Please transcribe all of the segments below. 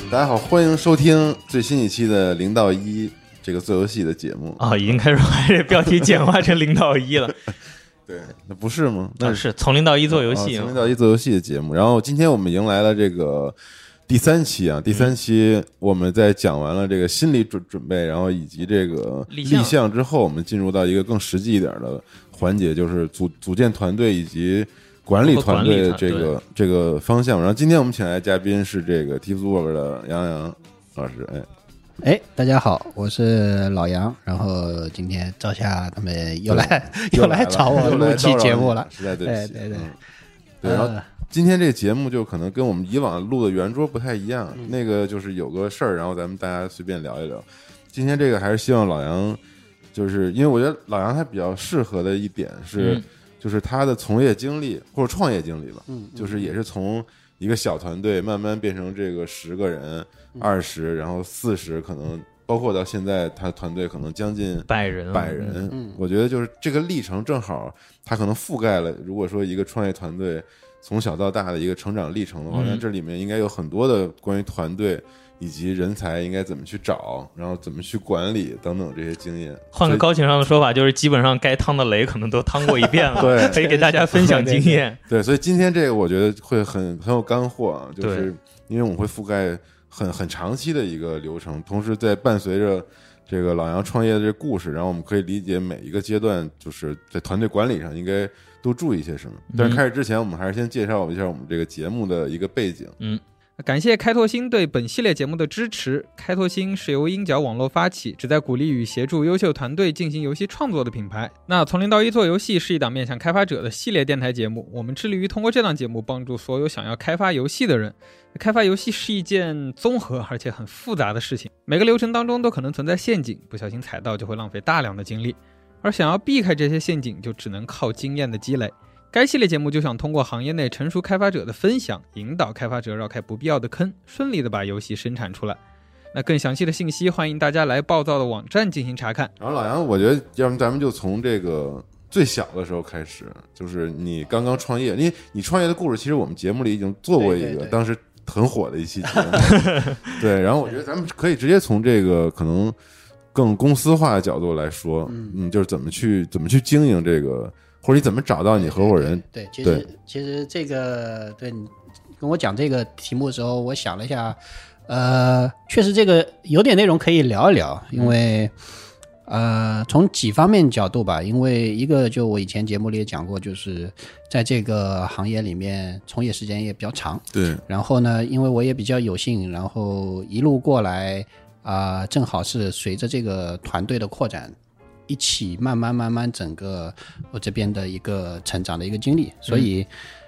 大家好，欢迎收听最新一期的0到1这个做游戏的节目啊、已经开始把这标题简化成0到1了。 对，那不是吗？那是从0到1做游戏， 从0到1做游戏的节目。然后今天我们迎来了这个第3期啊，第3期我们在讲完了这个心理准备，然后以及这个立项之后，我们进入到一个更实际一点的环节，就是组建团队以及管理团队的这个方向。然后今天我们请来的嘉宾是这个 TeamWork 的杨洋老师。 大家好，我是老杨。然后今天赵夏他们又来找我录期节目了， 实在对不起。 对。 然后今天这个节目就可能跟我们以往录的圆桌不太一样，那个就是有个事儿，然后咱们大家随便聊一聊。今天这个还是希望老杨，就是因为我觉得老杨他比较适合的一点是，就是他的从业经历或者创业经历吧，就是也是从一个小团队慢慢变成这个10个人、20，然后40，可能包括到现在他团队可能将近100人。我觉得就是这个历程正好，他可能覆盖了，如果说一个创业团队从小到大的一个成长历程的话，那这里面应该有很多的关于团队以及人才应该怎么去找，然后怎么去管理等等这些经验。 换个高情商的说法，就是基本上该趟的雷可能都趟过一遍了， 对， 可以给大家分享经验。 对，所以今天这个我觉得会很有干货啊，就是因为我们会覆盖很长期的一个流程，同时在伴随着这个老杨创业的这个故事，然后我们可以理解每一个阶段就是在团队管理上应该都注意些什么。但是开始之前，我们还是先介绍一下我们这个节目的一个背景。 感谢开拓星对本系列节目的支持。开拓星是由鹰角网络发起，旨在鼓励与协助优秀团队进行游戏创作的品牌。那从0到1做游戏是一档面向开发者的系列电台节目，我们致力于通过这档节目帮助所有想要开发游戏的人。开发游戏是一件综合而且很复杂的事情，每个流程当中都可能存在陷阱，不小心踩到就会浪费大量的精力，而想要避开这些陷阱，就只能靠经验的积累。该系列节目就想通过行业内成熟开发者的分享，引导开发者绕开不必要的坑，顺利的把游戏生产出来。那更详细的信息，欢迎大家来暴躁的网站进行查看。 然后老杨，我觉得要不咱们就从这个最小的时候开始，就是你刚刚创业，因为你创业的故事，其实我们节目里已经做过一个，当时很火的一期节目。对，然后我觉得咱们可以直接从这个可能更公司化的角度来说，就是怎么去经营这个。或者你怎么找到你合伙人？ 对，其实这个对你跟我讲这个题目的时候，我想了一下，确实这个有点内容可以聊一聊，因为从几方面角度吧，因为一个就我以前节目里也讲过，就是在这个行业里面从业时间也比较长， 对， 然后呢，因为我也比较有幸，然后一路过来正好是随着这个团队的扩展。一起慢慢整个我这边的一个成长的一个经历，所以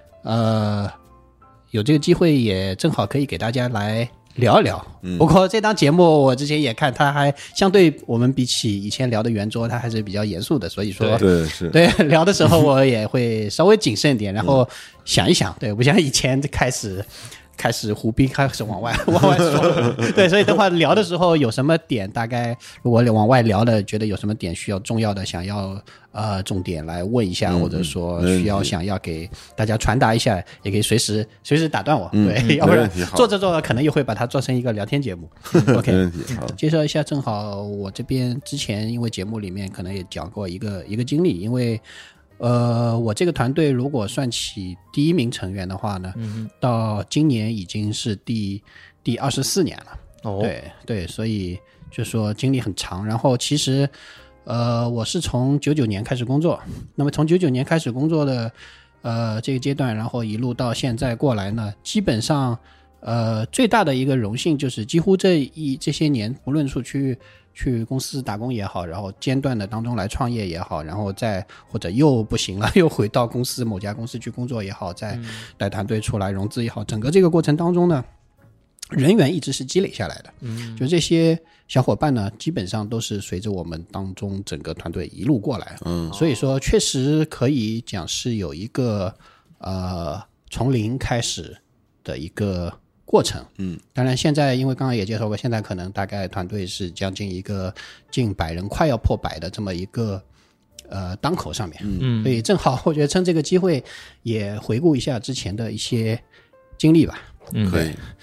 有这个机会也正好可以给大家来聊一聊。不过这档节目我之前也看，它还相对我们比起以前聊的圆桌，它还是比较严肃的，所以说对聊的时候我也会稍微谨慎一点，然后想一想，对，不像以前开始胡逼，开始往外说，对，所以等会聊的时候有什么点，大概如果往外聊的，觉得有什么点需要重要的，想要重点来问一下，或者说想要给大家传达一下，也可以随时打断我，对，要不然做着可能又会把它做成一个聊天节目。OK， 没问题。好， 介绍一下，正好我这边之前因为节目里面可能也讲过一个经历，因为。我这个团队如果算起第1名成员的话呢，到今年已经是第24年了。对，所以就说经历很长。然后其实，我是从99年开始工作，那么从99年开始工作的这个阶段，然后一路到现在过来呢，基本上最大的一个荣幸就是几乎这些年，不论是去公司打工也好，然后间断的当中来创业也好，然后再或者又不行了，又回到某家公司去工作也好，再带团队出来融资也好，整个这个过程当中呢，人员一直是积累下来的。就这些小伙伴呢，基本上都是随着我们当中整个团队一路过来。所以说确实可以讲是有一个从零开始的一个过程。当然现在因为刚刚也介绍过，现在可能大概团队是将近近100人，快要破100的这么一个当口上面。所以正好我觉得趁这个机会也回顾一下之前的一些经历吧。 可以。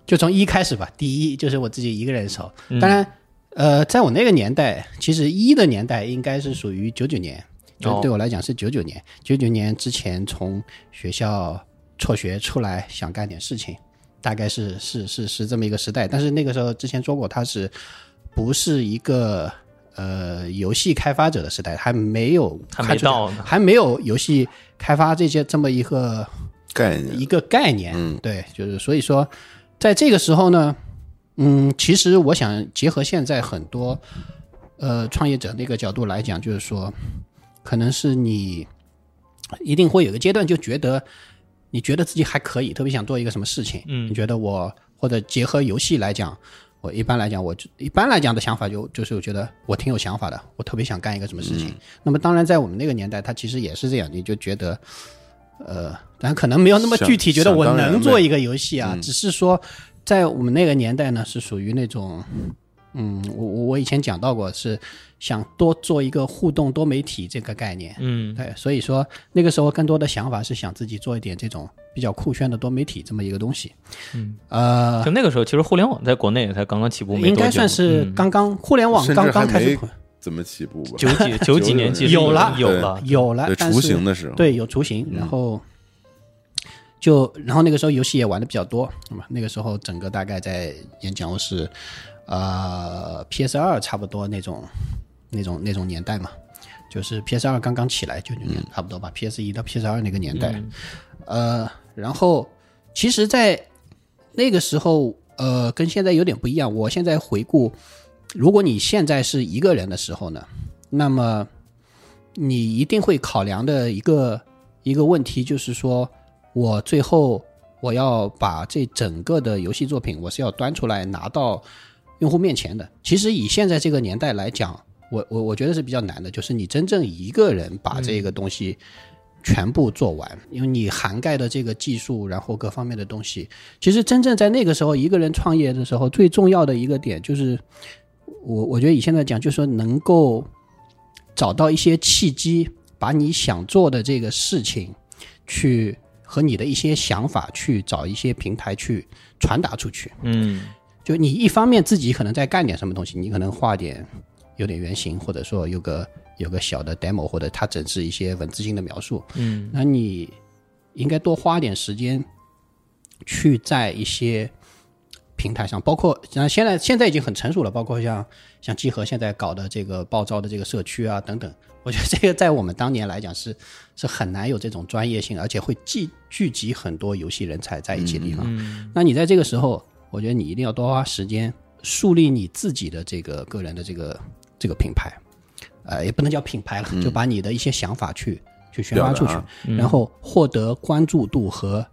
就从一开始吧，第一就是我自己一个人手。当然，在我那个年代，其实一的年代应该是属于99年，就对我来讲是99年。99年之前从学校辍学出来，想干点事情，大概是这么一个时代。但是那个时候之前说过，它是不是一个游戏开发者的时代，还没到呢，还没有游戏开发这么一个概念。对，就是所以说。在这个时候呢，其实我想结合现在很多创业者那个角度来讲，就是说，可能是你一定会有个阶段就你觉得自己还可以，特别想做一个什么事情，你觉得或者结合游戏来讲，我一般来讲的想法就是我觉得我挺有想法的，我特别想干一个什么事情。那么当然在我们那个年代，它其实也是这样，你就觉得。但可能没有那么具体觉得我能做一个游戏啊，只是说在我们那个年代呢，是属于那种我以前讲到过，是想多做一个互动多媒体这个概念。对，所以说那个时候更多的想法是想自己做一点这种比较酷炫的多媒体这么一个东西。 就那个时候其实互联网在国内也才刚刚起步没多久， 应该算是互联网刚刚开始怎么起步吧 ？九几年其实有了， 雏形的时候， 对，有雏形，然后那个时候游戏也玩的比较多，那个时候整个大概在演讲是PS2 差不多那种年代嘛，就是 PS2 刚刚起来99年差不多吧，PS1 到 PS2 那个年代。然后其实在那个时候跟现在有点不一样，我现在回顾，如果你现在是一个人的时候呢，那么你一定会考量的一个问题就是说，我最后我要把这整个的游戏作品我是要端出来拿到用户面前的。其实以现在这个年代来讲，我觉得是比较难的，就是你真正一个人把这个东西全部做完，因为你涵盖的这个技术然后各方面的东西，其实真正在那个时候一个人创业的时候最重要的一个点就是我觉得以现在讲就是说能够找到一些契机，把你想做的这个事情去和你的一些想法去找一些平台去传达出去。就你一方面自己可能在干点什么东西，你可能有点原型，或者说有个小的 demo， 或者它只是一些文字性的描述。那你应该多花点时间去在一些平台上，包括像现在已经很成熟了，包括像集合现在搞的这个爆招的这个社区啊等等，我觉得这个在我们当年来讲是很难有这种专业性，而且会聚集很多游戏人才在一起的地方。那你在这个时候，我觉得你一定要多花时间树立你自己的这个个人的这个品牌，也不能叫品牌了，就把你的一些想法去宣发出去，然后获得关注度和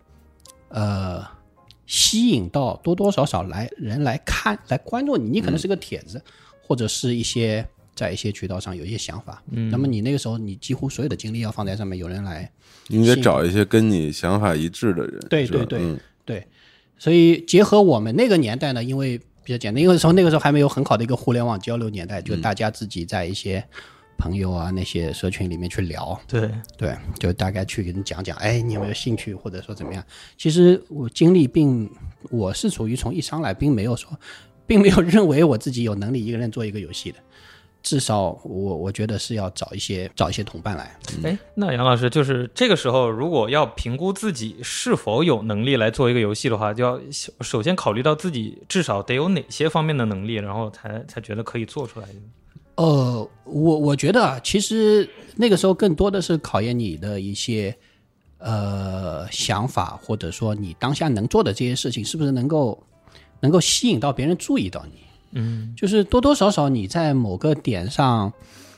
吸引到多多少少人来看来关注你。你可能是个帖子，或者是在一些渠道上有一些想法，那么你那个时候你几乎所有的精力要放在上面，有人来， 你得找一些跟你想法一致的人。 对对对对，所以结合我们那个年代呢，因为比较简单，因为那个时候还没有很好的一个互联网交流年代，就大家自己在一些朋友啊那些社群里面去聊，对，就大概去跟你讲，哎，你有没有兴趣，或者说怎么样。其实我是属于从一上来并没有认为我自己有能力一个人做一个游戏的，至少我觉得是要找一些同伴来。 那杨老师，就是这个时候如果要评估自己是否有能力来做一个游戏的话，就要首先考虑到自己至少得有哪些方面的能力，然后才觉得可以做出来。 我觉得其实那个时候更多的是考验你的一些想法，或者说你当下能做的这些事情是不是能够吸引到别人注意到你。就是多多少少你在某个点上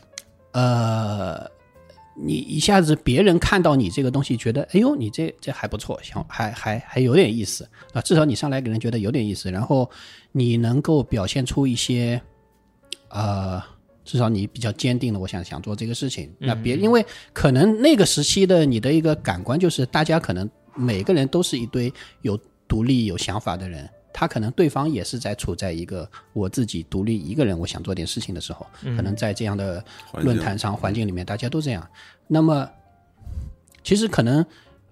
你一下子别人看到你这个东西觉得哎呦你这还不错，还有点意思啊，至少你上来给人觉得有点意思，然后你能够表现出一些至少你比较坚定了我想做这个事情。那因为可能那个时期的你的一个感官就是大家可能每个人都是一堆有独立有想法的人，他可能对方也是在处在一个我自己独立一个人我想做点事情的时候，可能在这样的论坛上环境里面大家都这样。那么其实可能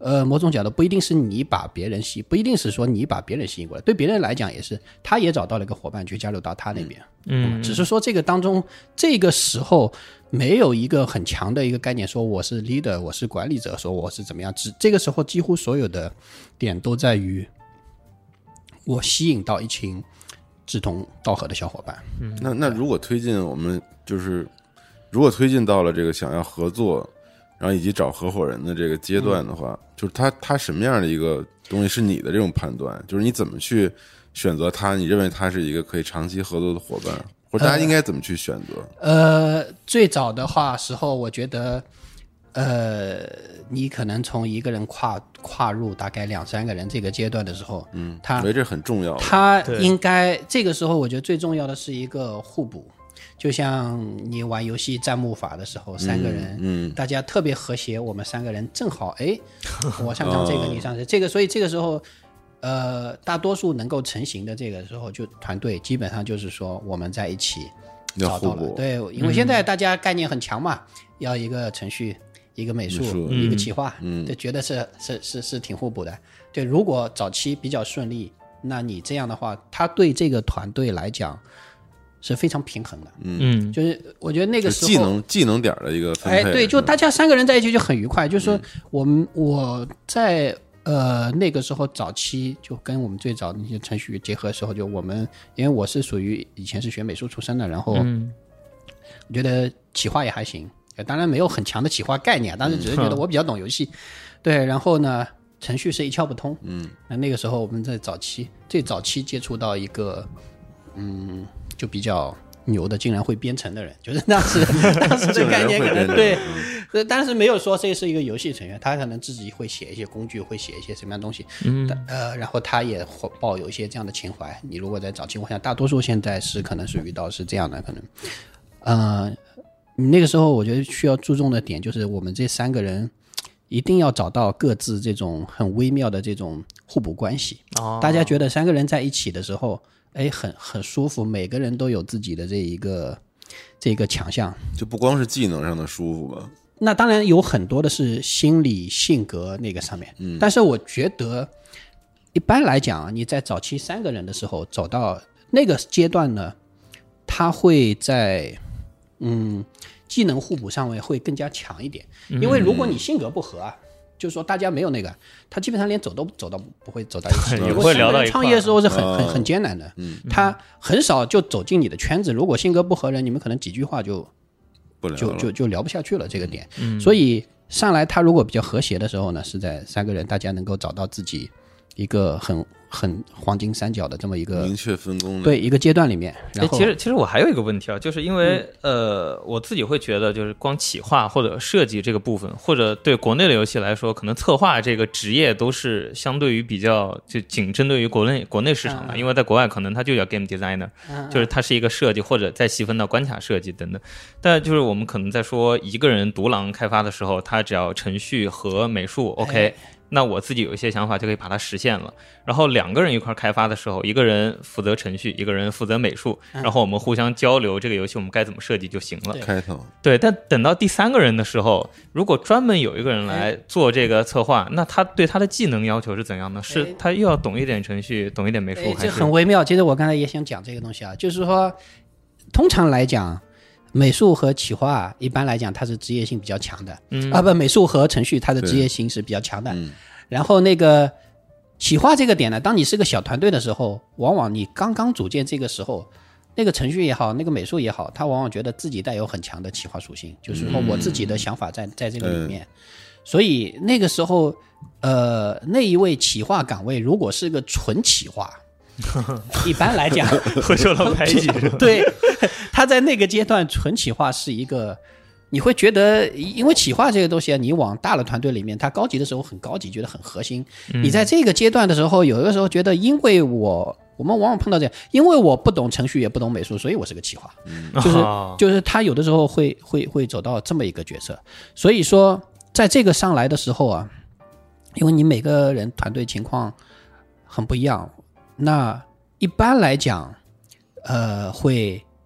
某种角度不一定是你把别人不一定是说你把别人吸引过来，对别人来讲也是，他也找到了一个伙伴去加入到他那边。只是说这个当中，这个时候没有一个很强的一个概念，说我是 leader， 我是管理者，说我是怎么样。这个时候几乎所有的点都在于我吸引到一群志同道合的小伙伴。 那如果推进我们就是如果推进到了这个想要合作，然后以及找合伙人的这个阶段的话，就是他什么样的一个东西是你的这种判断？就是你怎么去选择他？你认为他是一个可以长期合作的伙伴，或者大家应该怎么去选择？ 最早的时候，我觉得，你可能从一个人跨入大概2-3个人这个阶段的时候， 我觉得这很重要。 他应该这个时候，我觉得最重要的是一个互补。就像你玩游戏战木法的时候，3个人，大家特别和谐，我们3个人正好，我上场这个，你上这个，所以这个时候，大多数能够成型的这个时候，就团队基本上就是说我们在一起找到了，对，因为现在大家概念很强嘛，要一个程序，一个美术，一个企划，就觉得是挺互补的。对，如果早期比较顺利，那你这样的话，他对这个团队来讲是非常平衡的。就是我觉得那个时候技能点的一个分配， 对，就大家3个人在一起就很愉快。就是说我在那个时候早期就跟我们最早那些程序结合的时候，就我们因为我是属于以前是学美术出身的，然后我觉得企划也还行，当然没有很强的企划概念，当时只是觉得我比较懂游戏。对，然后呢程序是一窍不通。那个时候我们在最早期接触到一个就比较牛的，竟然会编程的人，就是当时的概念可能对，但是没有说这是一个游戏程序员，他可能自己会写一些工具，会写一些什么样的东西。然后他也抱有一些这样的情怀。你如果在早期，我想大多数现在可能是遇到是这样的，可能你那个时候我觉得需要注重的点就是我们这3个人一定要找到各自这种很微妙的这种互补关系。大家觉得3个人在一起的时候很舒服，每个人都有自己的这一个强项， 就不光是技能上的舒服吧。 那当然有很多的是心理性格那个上面。但是我觉得一般来讲，你在早期3个人的时候走到那个阶段呢，他会在技能互补上面会更加强一点。因为如果你性格不合啊，就是说大家没有那个，他基本上连走都不会走到一起。 也不会聊到一块。 创业的时候是很艰难的。他很少就走进你的圈子，如果性格不合人，你们可能几句话就聊不下去了这个点。所以上来他如果比较和谐的时候呢，是在3个人大家能够找到自己一个很黄金三角的这么一个明确分工的， 对，一个阶段里面。然后其实我还有一个问题啊，就是因为我自己会觉得，就是光企划或者设计这个部分，或者对国内的游戏来说，可能策划这个职业都是相对于比较就仅针对于国内市场的。因为在国外可能它就叫 game designer，就是它是一个设计，或者再细分到关卡设计等等。但就是我们可能在说一个人独狼开发的时候，他只要程序和美术 OK，那我自己有一些想法就可以把它实现了。然后2个人一块开发的时候，一个人负责程序，一个人负责美术，然后我们互相交流这个游戏我们该怎么设计就行了。 开头对，但等到第3个人的时候，如果专门有一个人来做这个策划，那他对他的技能要求是怎样呢？是他又要懂一点程序，懂一点美术，还是这很微妙。其实我刚才也想讲这个东西啊，就是说通常来讲美术和企划一般来讲它是职业性比较强的。美术和程序它的职业性是比较强的。然后那个企划这个点呢，当你是个小团队的时候，往往你刚刚组建这个时候，那个程序也好，那个美术也好，他往往觉得自己带有很强的企划属性，就是说我自己的想法在这个里面。所以那个时候那一位企划岗位如果是个纯企划一般来讲会受到排挤。 对，他在那个阶段纯企划是一个，你会觉得因为企划这个东西啊，你往大的团队里面它高级的时候很高级，觉得很核心。你在这个阶段的时候有的时候觉得因为我们往往碰到这样，因为我不懂程序也不懂美术，所以我是个企划。就是他有的时候会走到这么一个角色。所以说在这个上来的时候啊，因为你每个人团队情况很不一样，那一般来讲会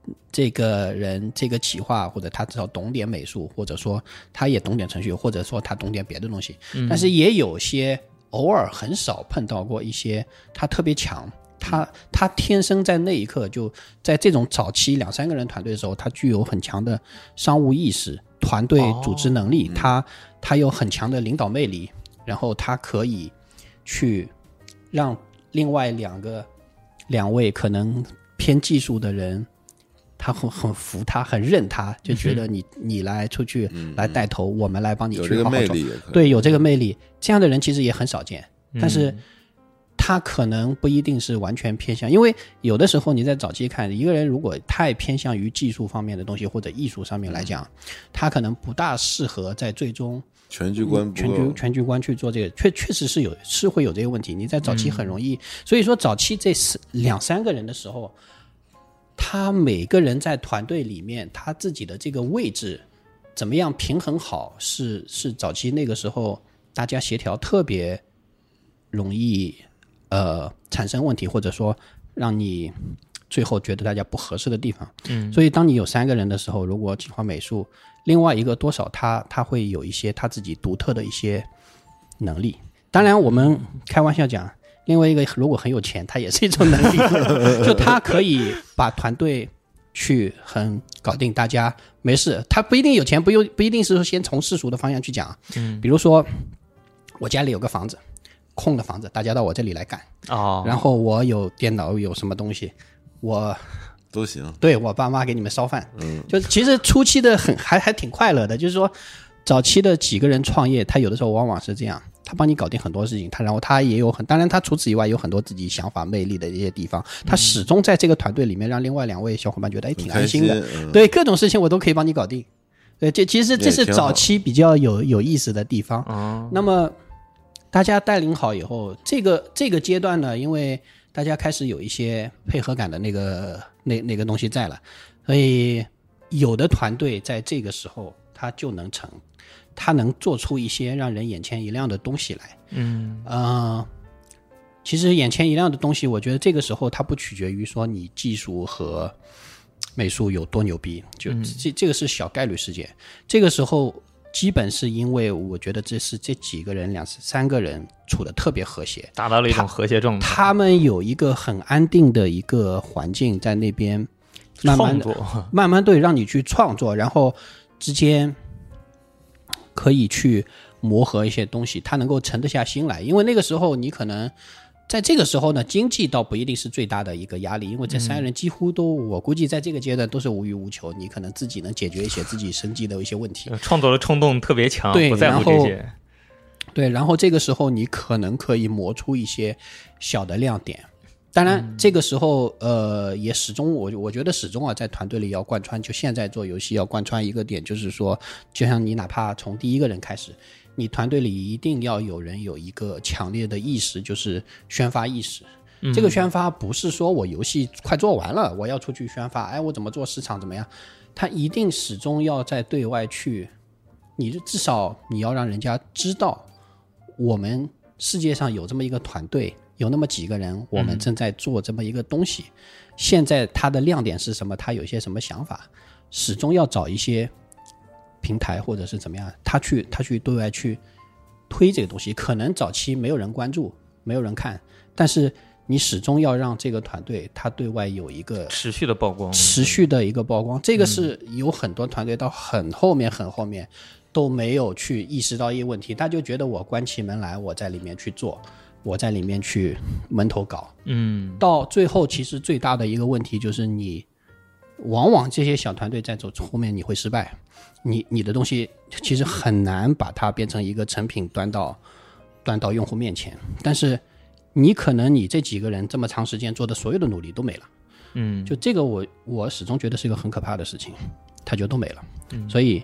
这个人这个企划，或者他至少懂点美术，或者说他也懂点程序，或者说他懂点别的东西。但是也有些偶尔很少碰到过一些他特别强，他天生在那一刻就在这种早期2-3个人团队的时候，他具有很强的商务意识、团队组织能力，他有很强的领导魅力，然后他可以去让另外两位可能偏技术的人，他很服他，很认他，就觉得你来出去来带头，我们来帮你去好好做。对，有这个魅力，这样的人其实也很少见，但是他可能不一定是完全偏向，因为有的时候你在早期看一个人，如果太偏向于技术方面的东西或者艺术上面来讲，他可能不大适合在最终全局观去做这个，确实是会有这个问题。你在早期很容易，所以说早期这2-3个人的时候，他每个人在团队里面他自己的这个位置怎么样平衡好，是早期那个时候大家协调特别容易产生问题，或者说让你最后觉得大家不合适的地方。所以当你有3个人的时候，如果企划美术，另外一个多少他会有一些他自己独特的一些能力。当然我们开玩笑讲，另外一个如果很有钱，他也是一种能力就他可以把团队去很搞定，大家没事，他不一定有钱，不一定是说先从世俗的方向去讲。比如说我家里有个房子，空的房子，大家到我这里来干然后我有电脑，有什么东西我都行， 对，我爸妈给你们烧饭。就其实初期的还挺快乐的，就是说早期的几个人创业，他有的时候往往是这样，他帮你搞定很多事情，然后他也有当然他除此以外有很多自己想法魅力的一些地方，他始终在这个团队里面让另外2位小伙伴觉得挺安心的。对，各种事情我都可以帮你搞定。对，其实这是早期比较有意思的地方。那么大家带领好以后，这个阶段呢，因为大家开始有一些配合感的那个东西在了，所以有的团队在这个时候他就能成，他能做出一些让人眼前一亮的东西来。其实眼前一亮的东西，我觉得这个时候它不取决于说你技术和美术有多牛逼，就这个是小概率事件。这个时候基本是因为我觉得这几个人2-3个人处得特别和谐， 达到了一种和谐状态。 他们有一个很安定的一个环境在那边慢慢对让你去创作，然后之间可以去磨合一些东西，他能够沉得下心来。因为那个时候你可能在这个时候呢，经济倒不一定是最大的一个压力，因为这3人几乎都我估计在这个阶段都是无欲无求，你可能自己能解决一些自己生计的一些问题， 创作的冲动特别强， 对， 不在乎这些。 对，然后这个时候你可能可以磨出一些小的亮点。当然这个时候也始终我觉得始终在团队里要贯穿，就现在做游戏要贯穿一个点，就是说就像你哪怕从第1个人开始，你团队里一定要有人有一个强烈的意识，就是宣发意识。这个宣发不是说我游戏快做完了我要出去宣发，我怎么做市场怎么样，他一定始终要在对外去，你至少你要让人家知道我们世界上有这么一个团队，有那么几个人，我们正在做这么一个东西。现在它的亮点是什么？它有一些什么想法？始终要找一些平台或者是怎么样，他去对外去推这个东西。可能早期没有人关注，没有人看，但是你始终要让这个团队他对外有一个持续的曝光， 持续的一个曝光。这个是有很多团队到很后面都没有去意识到一个问题，他就觉得我关起门来我在里面去做，我在里面去闷头搞。到最后其实最大的一个问题就是你往往这些小团队在走后面你会失败，你的东西其实很难把它变成一个成品端到用户面前，但是你可能你这几个人这么长时间做的所有的努力都没了。就这个我始终觉得是一个很可怕的事情，它就都没了。所以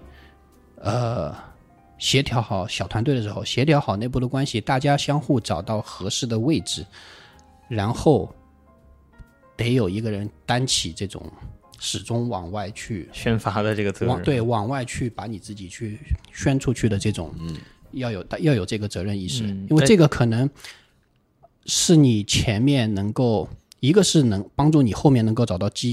协调好小团队的时候，协调好内部的关系，大家相互找到合适的位置，然后得有一个人担起这种始终往外去宣发的这个责任， 对，往外去把你自己去宣出去的这种，要有这个责任意识。因为这个可能是你前面能够，一个是能帮助你后面能够找到机遇，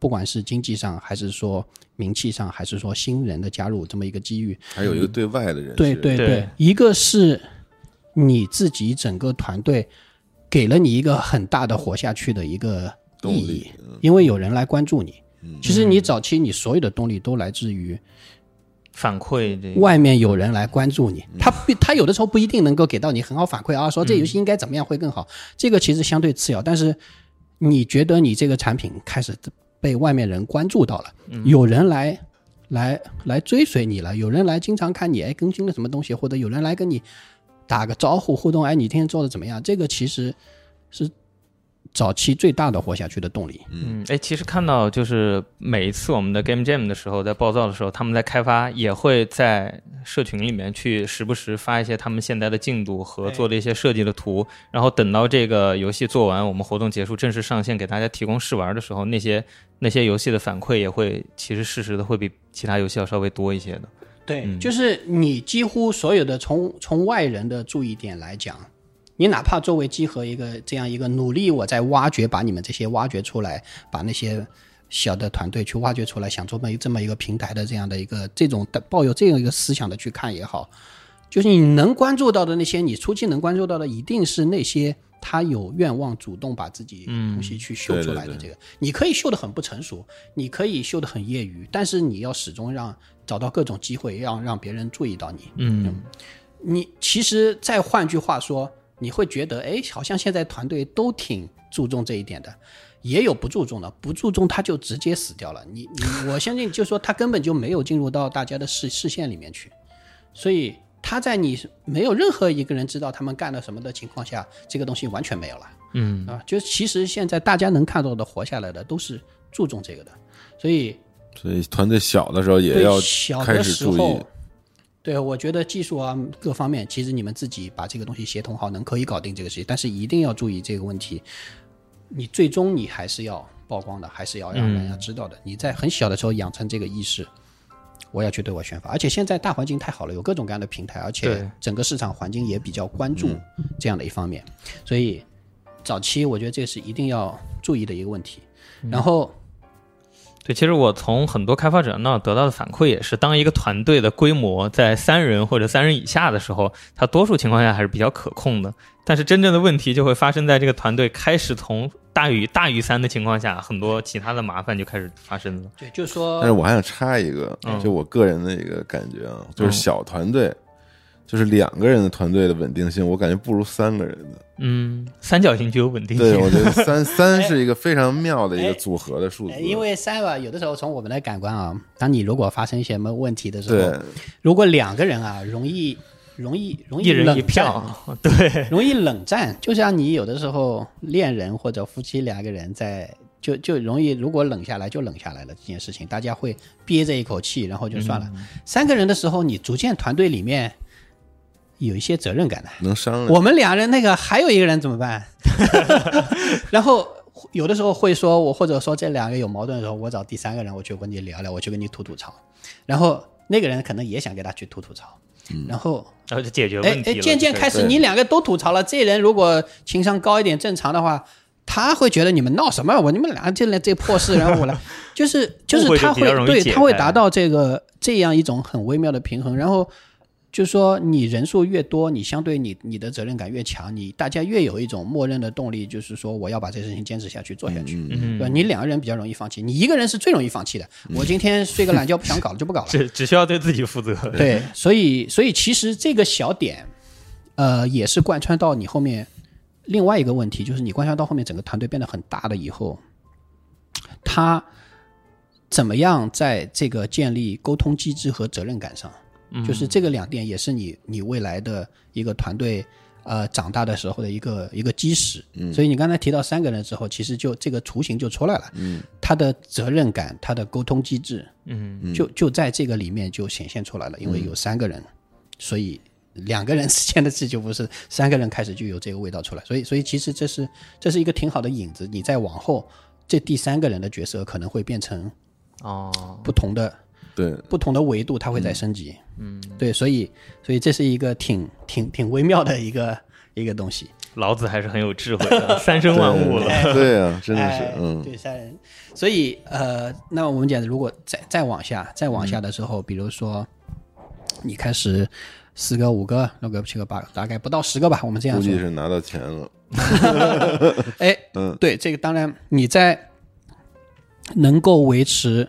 不管是经济上还是说名气上还是说新人的加入这么一个机遇， 还有一个对外的人士， 对， 一个是你自己整个团队给了你一个很大的活下去的一个意义，因为有人来关注你。其实你早期你所有的动力都来自于反馈这个外面有人来关注你，他有的时候不一定能够给到你很好反馈啊，说这游戏应该怎么样会更好，这个其实相对次要，但是你觉得你这个产品开始被外面人关注到了，有人来追随你了，有人来经常看你更新了什么东西，或者有人来跟你打个招呼互动，你今天做的怎么样，这个其实是早期最大的活下去的动力。 其实看到就是每一次我们的 Game Jam 的时候，在暴躁的时候，他们在开发也会在社群里面去时不时发一些他们现在的进度和做的一些设计的图，然后等到这个游戏做完，我们活动结束正式上线给大家提供试玩的时候，那些游戏的反馈也会其实适时的会比其他游戏要稍微多一些的。 对，就是你几乎所有的从外人的注意点来讲，你哪怕作为集合这样一个努力，我在挖掘，把你们这些挖掘出来，把那些小的团队去挖掘出来，想做这么一个平台的这样的一个这种抱有这样一个思想的去看也好，就是你能关注到的那些，你初期能关注到的，一定是那些他有愿望主动把自己东西去秀出来的这个，你可以秀得很不成熟，你可以秀得很业余，但是你要始终找到各种机会，让别人注意到你。你其实再换句话说，你会觉得好像现在团队都挺注重这一点的，也有不注重的，不注重他就直接死掉了。我相信就是说他根本就没有进入到大家的视线里面去，所以他在你没有任何一个人知道他们干了什么的情况下，这个东西完全没有了。就其实现在大家能看到的活下来的都是注重这个的，所以团队小的时候也要开始注意。 对，我觉得技术啊各方面，其实你们自己把这个东西协同好，可以搞定这个事情，但是一定要注意这个问题，你最终你还是要曝光的，还是要让人家知道的。你在很小的时候养成这个意识，我要去对外宣发。而且现在大环境太好了，有各种各样的平台，而且整个市场环境也比较关注这样的一方面，所以早期我觉得这是一定要注意的一个问题。然后对，其实我从很多开发者那得到的反馈也是，当一个团队的规模在3人或者3人以下的时候，它多数情况下还是比较可控的。但是真正的问题就会发生在这个团队开始从大于3的情况下，很多其他的麻烦就开始发生了。 对，就是说， 但是我还想插一个，就我个人的一个感觉啊，就是小团队，就是2个人的团队的稳定性，我感觉不如3个人的。 三角形具有稳定性。 对，我觉得三是一个非常妙的一个组合的数字。 因为3吧，有的时候从我们的感官啊，当你如果发生什么问题的时候，如果2个人啊，容易一人一票，对， 容易冷战。就像你有的时候恋人或者夫妻2个人在。就容易，如果冷下来就冷下来了，这件事情大家会憋着一口气，然后就算了。3个人的时候，你逐渐团队里面有一些责任感的， 能商量。 我们2人那个还有一个人怎么办？然后有的时候会说，我或者说这2个有矛盾的时候，我找第3个人，我去跟你聊聊，我去跟你吐槽，然后那个人可能也想跟他去吐槽，然后就解决问题了。 渐渐开始你2个都吐槽了，这人如果情商高一点正常的话，他会觉得你们闹什么？你们俩这破事，然后我来，就是他会达到这样一种很微妙的平衡。然后就是说，你人数越多，你相对你的责任感越强，大家越有一种默认的动力，就是说我要把这事情坚持下去做下去。对吧？你2个人比较容易放弃，你1个人是最容易放弃的。我今天睡个懒觉不想搞了就不搞了， 只需要对自己负责。 对，所以其实这个小点，也是贯穿到你后面。另外一个问题就是，你观察到后面整个团队变得很大了以后，他怎么样在这个建立沟通机制和责任感上，就是这个2点也是你未来的一个团队长大的时候的一个基石。所以你刚才提到3个人之后，其实就这个雏形就出来了。他的责任感，他的沟通机制，就在这个里面就显现出来了。因为有3个人，所以2个人之间的事就不是3个人开始就有这个味道出来，所以其实这是一个挺好的引子。你再往后，这第3个人的角色可能会变成不同的维度，它会再升级。对，所以这是一个挺微妙的一个东西。 老子还是很有智慧的，三生万物了。 对啊，真的是， 对三人。所以那我们讲，如果再往下的时候，比如说你开始4个、5个、6个、7个、8个，大概不到10个吧，我们这样说。 估计是拿到钱了。 对，这个当然你在能够维持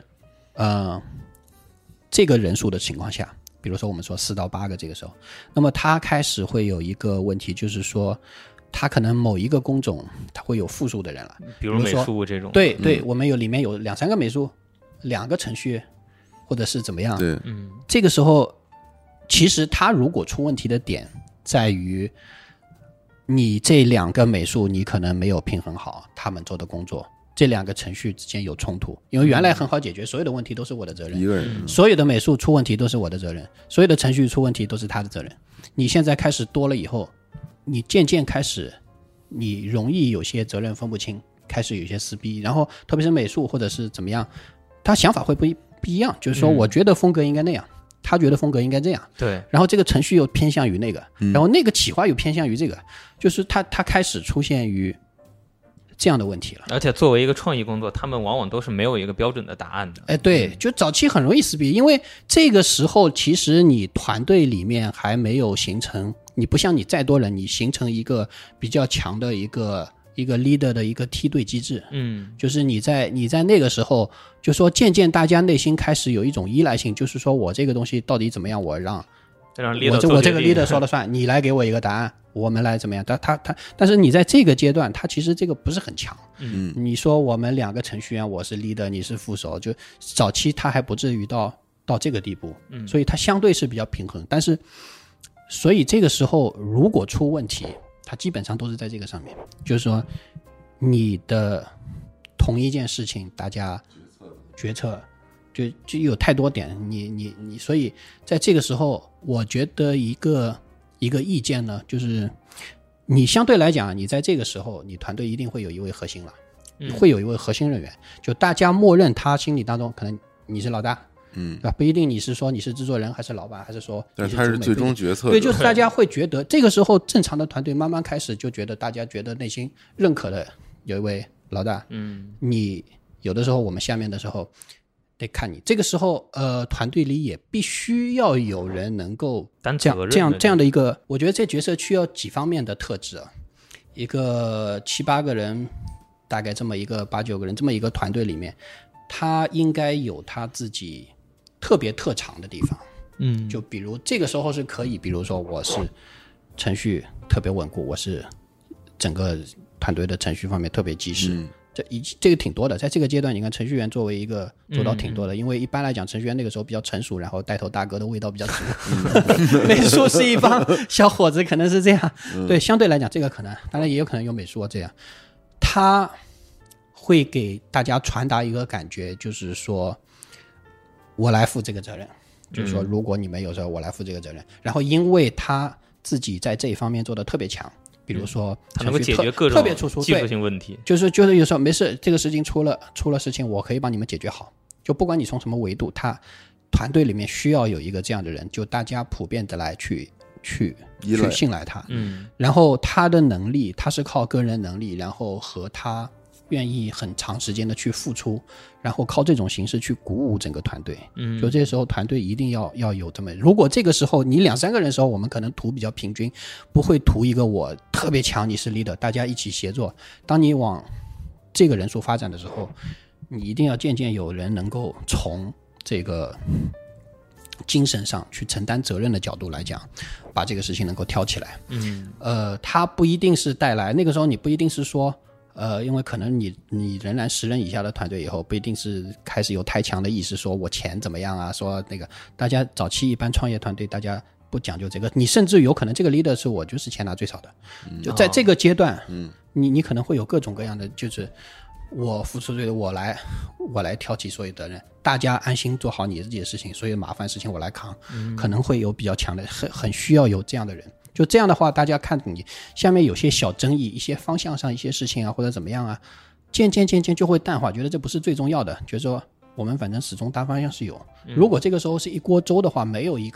这个人数的情况下，比如说我们说4到8个这个时候，那么它开始会有一个问题，就是说它可能某一个工种它会有复数的人了， 比如美术这种。 对，我们里面有2、3个美术，2个程序，或者是怎么样。 对， 这个时候其实它如果出问题的点在于你这2个美术你可能没有平衡好他们做的工作，这2个程序之间有冲突，因为原来很好解决，所有的问题都是我的责任， 一个人， 所有的美术出问题都是我的责任，所有的程序出问题都是他的责任。你现在开始多了以后，你渐渐开始你容易有些责任分不清，开始有些撕逼，然后特别是美术或者是怎么样，他想法会不一样，就是说我觉得风格应该那样，他觉得风格应该这样， 对， 然后这个程序又偏向于那个，然后那个企划又偏向于这个，就是他开始出现于这样的问题了。 而且作为一个创意工作，他们往往都是没有一个标准的答案的。 对，就早期很容易撕逼，因为这个时候其实你团队里面还没有形成，你不像你再多人，你形成一个比较强的一个 leader 的一个梯队机制。就是你在那个时候，就说渐渐大家内心开始有一种依赖性，就是说我这个东西到底怎么样，我让 leader 我这个 leader 说了算，你来给我一个答案，我们来怎么样？但是你在这个阶段，他其实这个不是很强。你说我们2个程序员，我是 leader， 你是副手，就早期他还不至于到这个地步，所以他相对是比较平衡。但是，所以这个时候如果出问题，他基本上都是在这个上面，就是说你的同一件事情，大家决策。就有太多点，你所以在这个时候，我觉得一个意见呢，就是你相对来讲，你在这个时候，你团队一定会有一位核心了，会有一位核心人员，就大家默认他心里当中可能你是老大，对吧？不一定你是说你是制作人还是老板，还是说但是他是最终决策者。 对，就是大家会觉得这个时候正常的团队慢慢开始就觉得大家觉得内心认可的有一位老大，你有的时候我们下面的时候。得看你这个时候，团队里也必须要有人能够这样的一个，我觉得这角色需要几方面的特质啊。一个7、8个人，大概这么一个8、9个人，这么一个团队里面，他应该有他自己特别特长的地方。就比如这个时候是可以，比如说我是程序特别稳固，我是整个团队的程序方面特别及时。这个挺多的，在这个阶段，你看程序员作为一个做到挺多的，因为一般来讲，程序员那个时候比较成熟，然后带头大哥的味道比较足。美术是一帮小伙子，可能是这样。对，相对来讲，这个可能，当然也有可能有美术这样，他会给大家传达一个感觉，就是说我来负这个责任，就是说如果你们有时候我来负这个责任，然后因为他自己在这一方面做的特别强。比如说， 他能够解决各种技术性问题， 就是有时候没事，这个事情出了事情，我可以帮你们解决好。就不管你从什么维度，他团队里面需要有一个这样的人，就大家普遍的来去信赖他。然后他的能力，他是靠个人能力，然后和他愿意很长时间的去付出，然后靠这种形式去鼓舞整个团队。就这时候团队一定要有这么，如果这个时候你2、3个人的时候，我们可能图比较平均，不会图一个我特别强，你是 leader， 大家一起协作。当你往这个人数发展的时候，你一定要渐渐有人能够从这个精神上去承担责任的角度来讲，把这个事情能够挑起来。他不一定是带来，那个时候你不一定是说因为可能你仍然10人以下的团队以后，不一定是开始有太强的意识，说我钱怎么样啊，说那个大家早期一般创业团队大家不讲究这个，你甚至有可能这个 leader 是我就是钱拿最少的，就在这个阶段，你可能会有各种各样的，就是我付出最多，我来挑起所有责任，大家安心做好你自己的事情，所有麻烦事情我来扛，可能会有比较强的，很需要有这样的人。就这样的话，大家看你下面有些小争议，一些方向上一些事情啊，或者怎么样啊，渐渐就会淡化，觉得这不是最重要的，觉得说我们反正始终大方向是有。如果这个时候是一锅粥的话，没有一个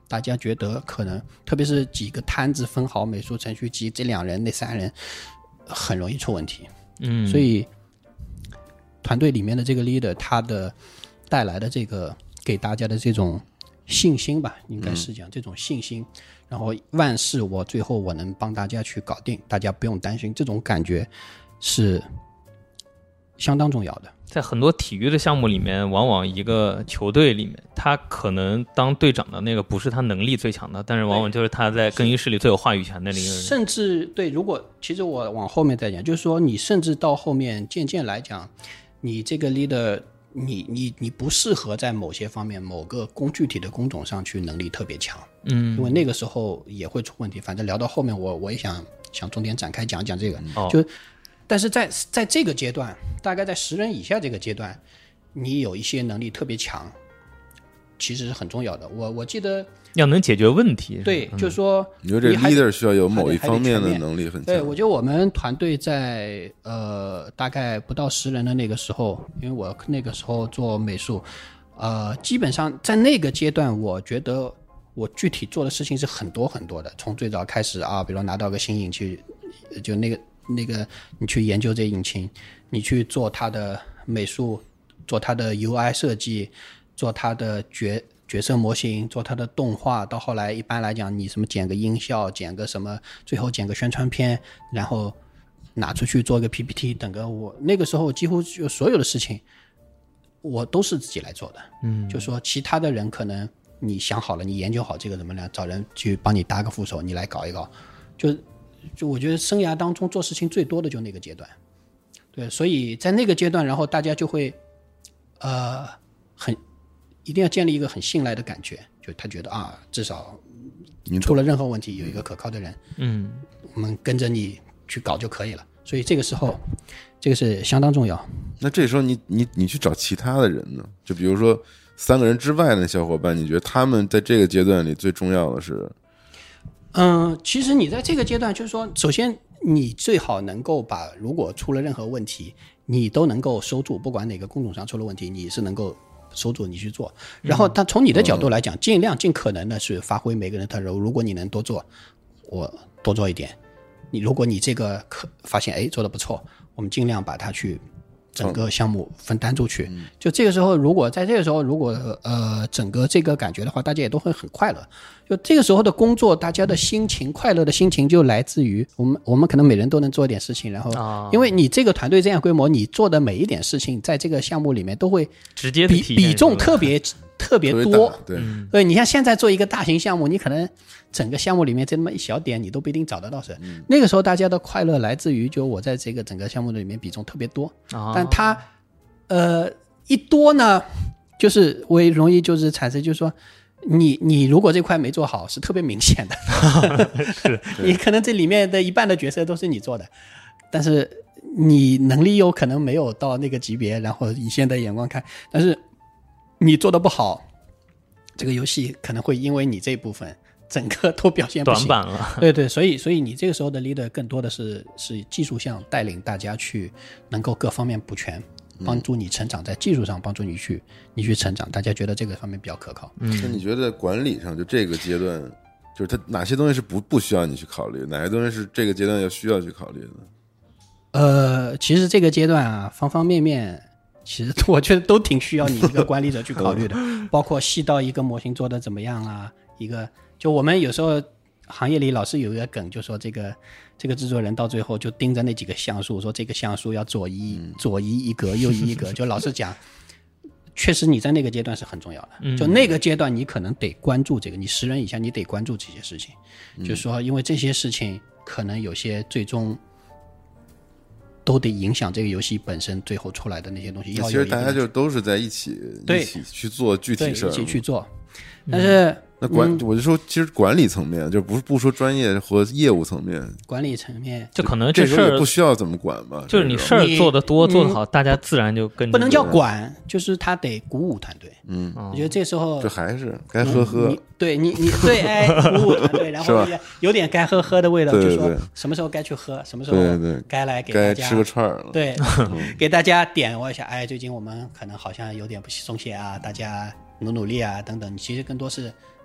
大家觉得可能特别是几个摊子分好美术程序机，这2人那3人很容易出问题。所以团队里面的这个 leader 他的带来的这个给大家的这种信心吧，应该是讲这种信心，然后万事我最后我能帮大家去搞定，大家不用担心，这种感觉是相当重要的。 在很多体育的项目里面，往往一个球队里面，他可能当队长的那个不是他能力最强的，但是往往就是他在更衣室里最有话语权的那个人。 甚至对，如果其实我往后面再讲，就是说你甚至到后面渐渐来讲，你这个 leader， 你不适合在某些方面某个具体的工种上去能力特别强，因为那个时候也会出问题。反正聊到后面我也想重点展开讲讲这个，就。但是在这个阶段，大概在10人以下这个阶段，你有一些能力特别强，其实是很重要的。我记得要能解决问题， 对，就是说， 你说这 leader 需要有某一方面的能力很强。 对，我觉得我们团队在大概不到10人的那个时候，因为我那个时候做美术，基本上在那个阶段，我觉得我具体做的事情是很多很多的。从最早开始比如拿到个新引擎，就那个你去研究这引擎，你去做它的美术，做它的 UI 设计，做它的角色模型，做它的动画，到后来一般来讲你什么剪个音效，剪个什么，最后剪个宣传片，然后拿出去做个 PPT， 等个我那个时候几乎就所有的事情我都是自己来做的。就说其他的人可能你想好了，你研究好这个怎么样，找人去帮你搭个副手，你来搞一搞。就我觉得生涯当中做事情最多的就那个阶段。对，所以在那个阶段，然后大家就会一定要建立一个很信赖的感觉，就他觉得至少出了任何问题有一个可靠的人，我们跟着你去搞就可以了。所以这个时候这个是相当重要。 那这时候你去找其他的人呢，就比如说3个人之外的小伙伴，你觉得他们在这个阶段里最重要的是？ 其实你在这个阶段，就是说，首先你最好能够把如果出了任何问题，你都能够收住，不管哪个工种上出了问题，你是能够收住你去做。然后，但从你的角度来讲，尽可能的是发挥每个人的特质。如果你能多做，我多做一点。如果你这个发现做得不错，我们尽量把它去整个项目分担出去。就这个时候，如果在这个时候，如果整个这个感觉的话，大家也都会很快乐。就这个时候的工作，大家的心情，快乐的心情就来自于我们可能每人都能做一点事情，然后因为你这个团队这样规模，你做的每一点事情，在这个项目里面都会直接比重特别多。 对， 你像现在做一个大型项目，你可能整个项目里面这么一小点你都不一定找得到谁。那个时候大家的快乐来自于就我在这个整个项目里面比重特别多。但它一多呢，就是我也容易就是产生就是说你如果这块没做好是特别明显的。是你可能这里面的一半的角色都是你做的，但是你能力又可能没有到那个级别，然后以现在眼光看，但是你做的不好，这个游戏可能会因为你这部分整个都表现不行， 短板了。 对，所以你这个时候的 leader 更多的是技术上带领大家去能够各方面补全，帮助你成长，在技术上帮助你去成长，大家觉得这个方面比较可靠。 那你觉得管理上就这个阶段，就是它哪些东西是不需要你去考虑，哪些东西是这个阶段需要去考虑的？ 其实这个阶段方方面面其实我觉得都挺需要你一个管理者去考虑的，包括细到一个模型做的怎么样啊，就我们有时候行业里老是有一个梗，就说这个制作人到最后就盯着那几个像素，说这个像素要左移一格，右移一格，就老是讲。确实你在那个阶段是很重要的，就那个阶段你可能得关注这个，你10人以下你得关注这些事情，就是说因为这些事情可能有些最终都得影响这个游戏本身最后出来的那些东西。 其实大家就都是在一起去做具体事儿， 一起去做。但是我就说，其实管理层面就不说专业和业务层面， 管理层面就可能事这儿也不需要怎么管吧， 就是你事儿做得多做得好，大家自然就跟着。 不能叫管，就是他得鼓舞团队。我觉得这时候这还是该呵呵。 对你对鼓舞团队，然后有点该呵呵的味道，就说什么时候该去喝，什么时候该来给大家吃个串儿了。 对，给大家点我一下，最近我们可能好像有点不松懈啊，大家努力啊等等。其实更多是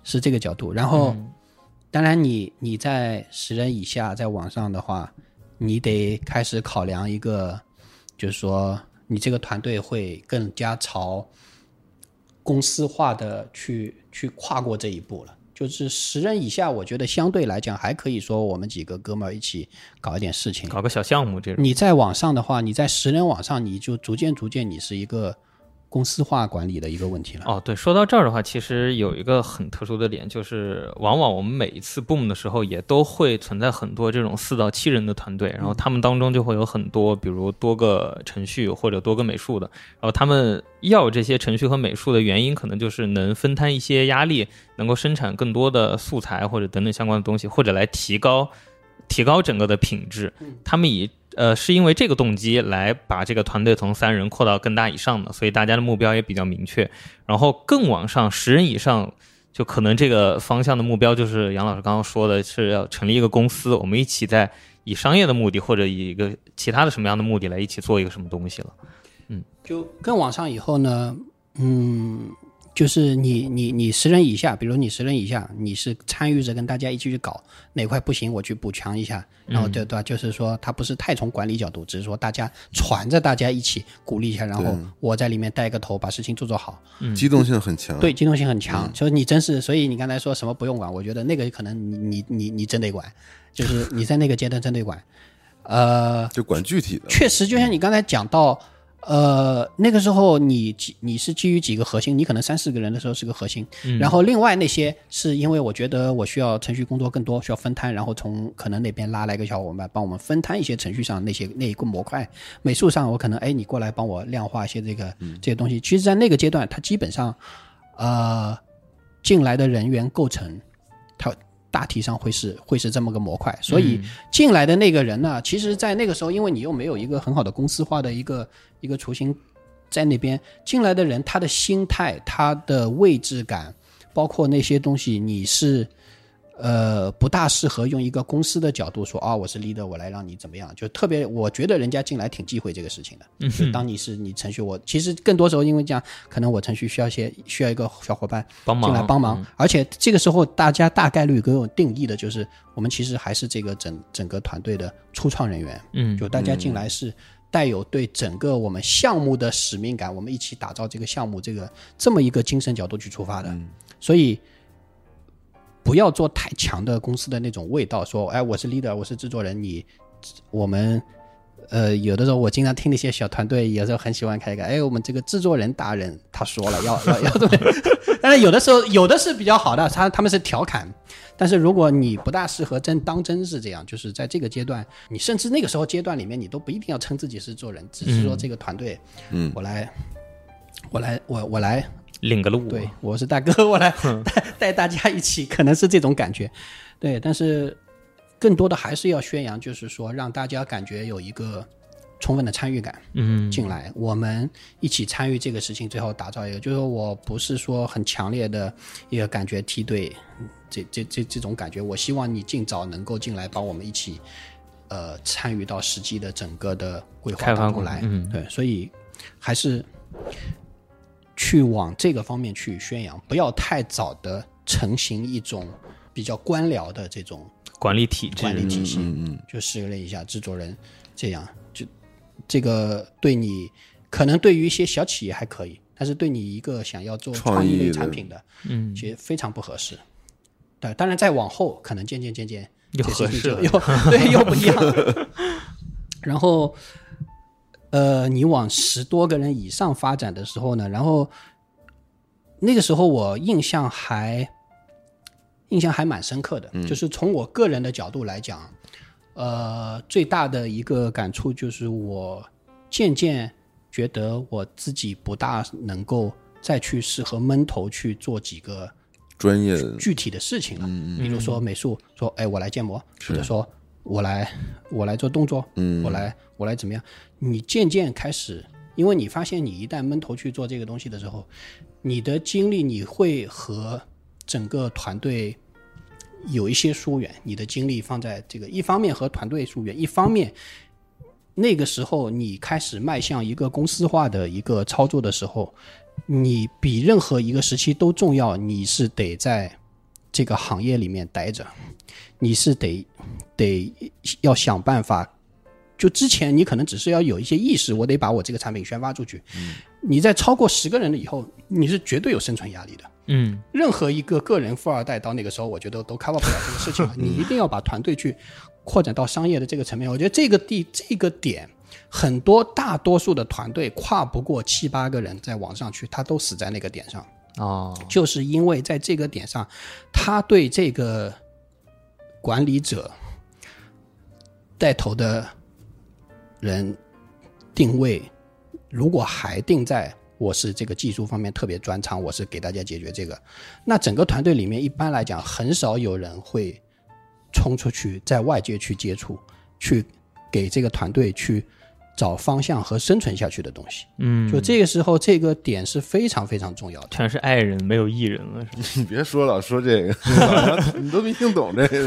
是这个角度。然后，当然你在10人以下，在网上的话，你得开始考量一个，就是说你这个团队会更加朝公司化的去跨过这一步了。就是10人以下，我觉得相对来讲还可以说我们几个哥们儿一起搞一点事情， 搞个小项目这种。 你在网上的话，你在10人网上，你就逐渐你是一个公司化管理的一个问题了。 哦，对，说到这儿的话，其实有一个很特殊的点，就是往往我们每一次 boom 的时候，也都会存在很多这种4到7人的团队，然后他们当中就会有很多，比如多个程序或者多个美术的，然后他们要有这些程序和美术的原因，可能就是能分摊一些压力，能够生产更多的素材或者等等相关的东西，或者来提高整个的品质。他们是因为这个动机来把这个团队从3人扩到更大以上的，所以大家的目标也比较明确。然后更往上10人以上，就可能这个方向的目标就是杨老师刚刚说的，是要成立一个公司，我们一起在以商业的目的或者以一个其他的什么样的目的来一起做一个什么东西了。 就更往上以后呢，就是你10人以下，比如你10人以下，你是参与着跟大家一起去搞，哪块不行我去补强一下，然后对吧？就是说它不是太从管理角度，只是说大家传着大家一起鼓励一下，然后我在里面带个头，把事情做好。 机动性很强。 对，机动性很强。所以你真是，所以你刚才说什么不用管，我觉得那个可能你真得管，就是你在那个阶段真得管。 就管具体的。 确实，就像你刚才讲到。那个时候你是基于几个核心，你可能3-4个人的时候是个核心，然后另外那些是因为我觉得我需要程序工作更多，需要分摊，然后从可能那边拉来个小伙伴帮我们分摊一些程序上那一个模块，美术上我可能你过来帮我量化一些这些东西。其实在那个阶段，它基本上进来的人员构成，它大体上会是这么个模块，所以进来的那个人呢，其实在那个时候，因为你又没有一个很好的公司化的一个雏形在那边，进来的人他的心态、他的位置感，包括那些东西，你是不大适合用一个公司的角度说我是 leader， 我来让你怎么样，就特别我觉得人家进来挺忌讳这个事情的。就当你程序，我其实更多时候因为这样，可能我程序需要一个小伙伴进来帮忙，而且这个时候大家大概率给我定义的就是我们其实还是这个整个团队的初创人员，就大家进来是带有对整个我们项目的使命感，我们一起打造这个项目这么一个精神角度去出发的，所以不要做太强的公司的那种味道，说我是 leader， 我是制作人，我们有的时候我经常听那些小团队有时候很喜欢开一个我们这个制作人大人他说了要这么但是有的时候有的是比较好的，他们是调侃，但是如果你不大适合当真是这样，就是在这个阶段，你甚至那个时候阶段里面你都不一定要称自己是做人，只是说这个团队我来领个路， 对，我是大哥，我来带大家一起，可能是这种感觉。对，但是更多的还是要宣扬，就是说让大家感觉有一个充分的参与感，进来，我们一起参与这个事情，最后打造一个，就是说我不是说很强烈的一个感觉梯队，这种感觉，我希望你尽早能够进来，帮我们一起参与到实际的整个的规划当中来，对，所以还是去往这个方面去宣扬，不要太早的成型一种比较官僚的这种管理体制、 管理体系。就试了一下制作人这样，就这个对你可能对于一些小企业还可以，但是对你一个想要做创意类产品的，其实非常不合适。对，当然再往后可能渐渐又合适了， 又不一样。然后你往10多个人以上发展的时候呢，然后那个时候我印象还蛮深刻的，就是从我个人的角度来讲，最大的一个感触就是我渐渐觉得我自己不大能够再去适合闷头去做几个专业的具体的事情了，比如说美术，说我来建模，或者说我来做动作，我来怎么样？你渐渐开始，因为你发现你一旦闷头去做这个东西的时候，你的精力你会和整个团队有一些疏远，你的精力放在这个一方面和团队疏远，一方面那个时候你开始迈向一个公司化的一个操作的时候，你比任何一个时期都重要，你是得在这个行业里面待着，你是得要想办法。就之前你可能只是要有一些意识，我得把我这个产品宣发出去。你在超过10个人了以后，你是绝对有生存压力的。任何一个个人富二代到那个时候，我觉得都 cover 不了这个事情了。你一定要把团队去扩展到商业的这个层面。我觉得这个点，很多大多数的团队跨不过7、8个人再往上去，他都死在那个点上。就是因为在这个点上，他对这个管理者带头的人定位，如果还定在我是这个技术方面特别专长，我是给大家解决这个，那整个团队里面一般来讲很少有人会冲出去在外界去接触，去给这个团队去找方向和生存下去的东西。就这个时候这个点是非常非常重要的。 全是爱人没有艺人了，是吧？ 你别说老说这个你都没听懂这个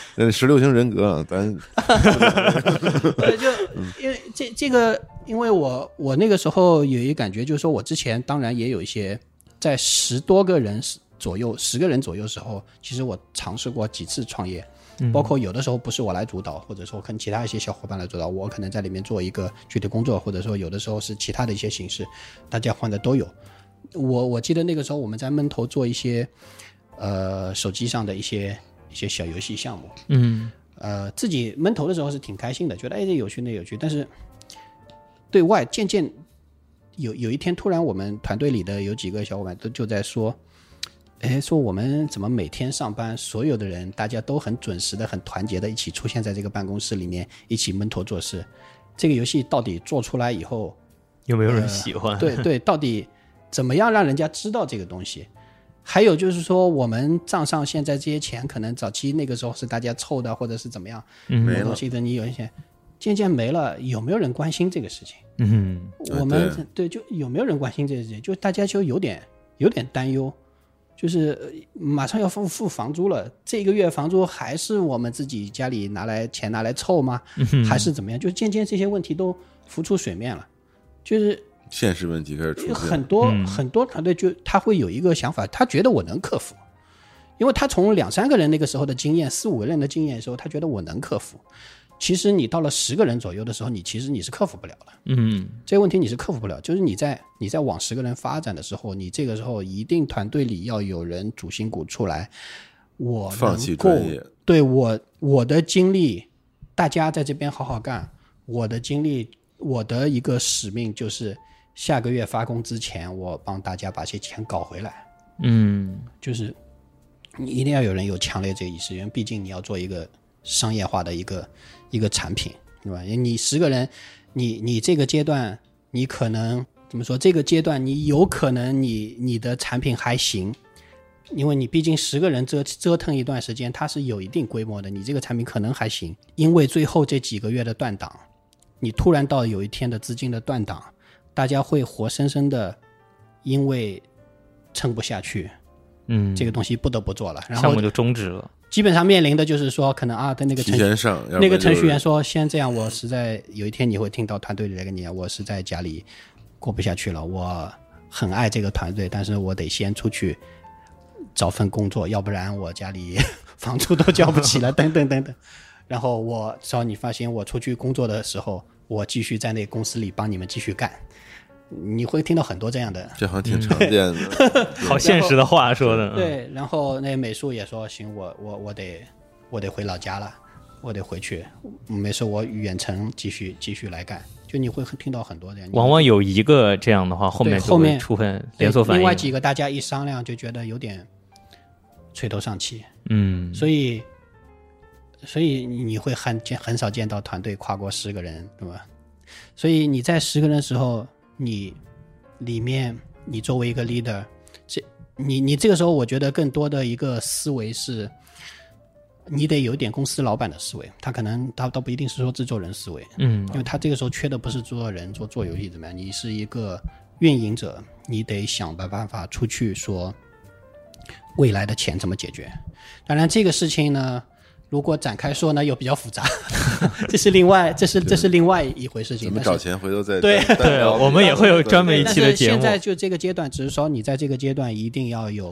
16型人格咱就因为这个因为我那个时候有一个感觉，就是说我之前当然也有一些在10多个人左右10个人左右的时候，其实我尝试过几次创业，包括有的时候不是我来主导，或者说跟其他一些小伙伴来主导，我可能在里面做一个具体工作，或者说有的时候是其他的一些形式，大家换的都有。我记得那个时候我们在闷头做一些手机上的一些小游戏项目，自己闷头的时候是挺开心的，觉得这有趣那有趣，但是对外渐渐有一天突然我们团队里的有几个小伙伴就在说，说我们怎么每天上班所有的人大家都很准时的很团结的一起出现在这个办公室里面一起闷头做事，这个游戏到底做出来以后有没有人喜欢？ 对，到底怎么样让人家知道这个东西？还有就是说我们账上现在这些钱可能早期那个时候是大家凑的或者是怎么样，没东西的你有一些渐渐没了，有没有人关心这个事情？我们对就有没有人关心这个事情？就大家就有点担忧，就是马上要付房租了，这个月房租还是我们自己家里钱拿来凑吗？还是怎么样？就渐渐这些问题都浮出水面了，就是现实问题开始出现。 很多团队就他会有一个想法，他觉得我能克服，因为他从2、3个人那个时候的经验，4、5个人的经验的时候，他觉得我能克服。其实你到了10个人左右的时候，其实你是克服不了的。这个问题你是克服不了，就是你在往10个人发展的时候，你这个时候一定团队里要有人主心骨出来，我能够放弃专业， 对我的精力，大家在这边好好干，我的精力，我的一个使命就是下个月发工资前，我帮大家把这钱搞回来。就是你一定要有人有强烈这个意识，因为毕竟你要做一个商业化的一个产品，对吧？你10个人，你这个阶段，你可能怎么说？这个阶段你有可能你的产品还行，因为你毕竟10个人折腾一段时间，它是有一定规模的，你这个产品可能还行。因为最后这几个月的断档，你突然到有一天的资金的断档，大家会活生生的因为撑不下去，这个东西不得不做了，然后项目就终止了。 基本上面临的就是说，可能的那个提前上， 那个程序员说，先这样，我实在有一天你会听到团队里来跟你讲，我实在家里过不下去了，我很爱这个团队，但是我得先出去找份工作，要不然我家里房租都交不起了，等等等等。然后只要你发现我出去工作的时候，我继续在那个公司里帮你们继续干。你会听到很多这样的， 这好像挺常见的。 好现实的话说的。 对，然后那美术也说行，我得回老家了，我得回去，没事，我远程继续来干。就你会听到很多这样， 往往有一个这样的话，后面就会出现连锁反应。 另外几个大家一商量就觉得有点垂头丧气。所以你会很少见到团队跨过10个人，对吧？所以你在10个人的时候，你里面你作为一个 leader， 你这个时候我觉得更多的一个思维是，你得有一点公司老板的思维，他可能他倒不一定是说制作人思维，因为他这个时候缺的不是制作人做游戏怎么样，你是一个运营者，你得想办法出去说未来的钱怎么解决。当然这个事情呢，如果展开说呢又比较复杂，这是另外一回事情。 怎么找钱回头再对， 我们也会有专门一期的节目。 但是现在就这个阶段，只是说你在这个阶段一定要有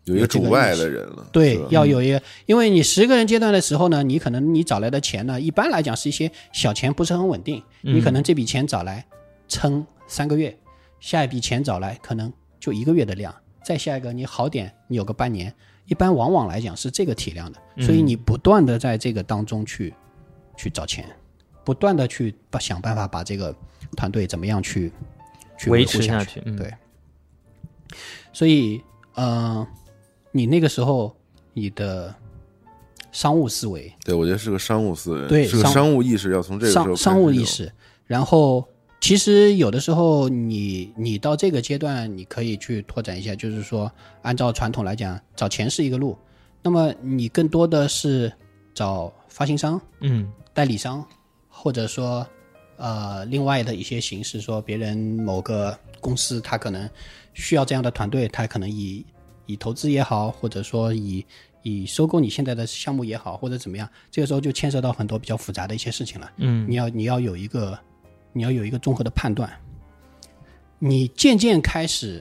有一个主外的人了， 对，要有一个，因为你10个人阶段的时候呢，你可能你找来的钱呢，一般来讲是一些小钱，不是很稳定，你可能这笔钱找来撑3个月，下一笔钱找来可能就1个月的量，再下一个你好点，你有个半年，一般往往来讲是这个体量的，所以你不断的在这个当中去找钱，不断的去想办法把这个团队怎么样去维持下去，对，所以你那个时候你的商务思维， 对，我觉得是个商务思维， 对， 是个商务意识，要从这个时候商务意识。然后其实有的时候你到这个阶段，你可以去拓展一下，就是说按照传统来讲，找钱是一个路，那么你更多的是找发行商、代理商，或者说另外的一些形式，说别人某个公司他可能需要这样的团队，他可能以投资也好，或者说以收购你现在的项目也好，或者怎么样，这个时候就牵涉到很多比较复杂的一些事情了。你要有一个综合的判断。你渐渐开始，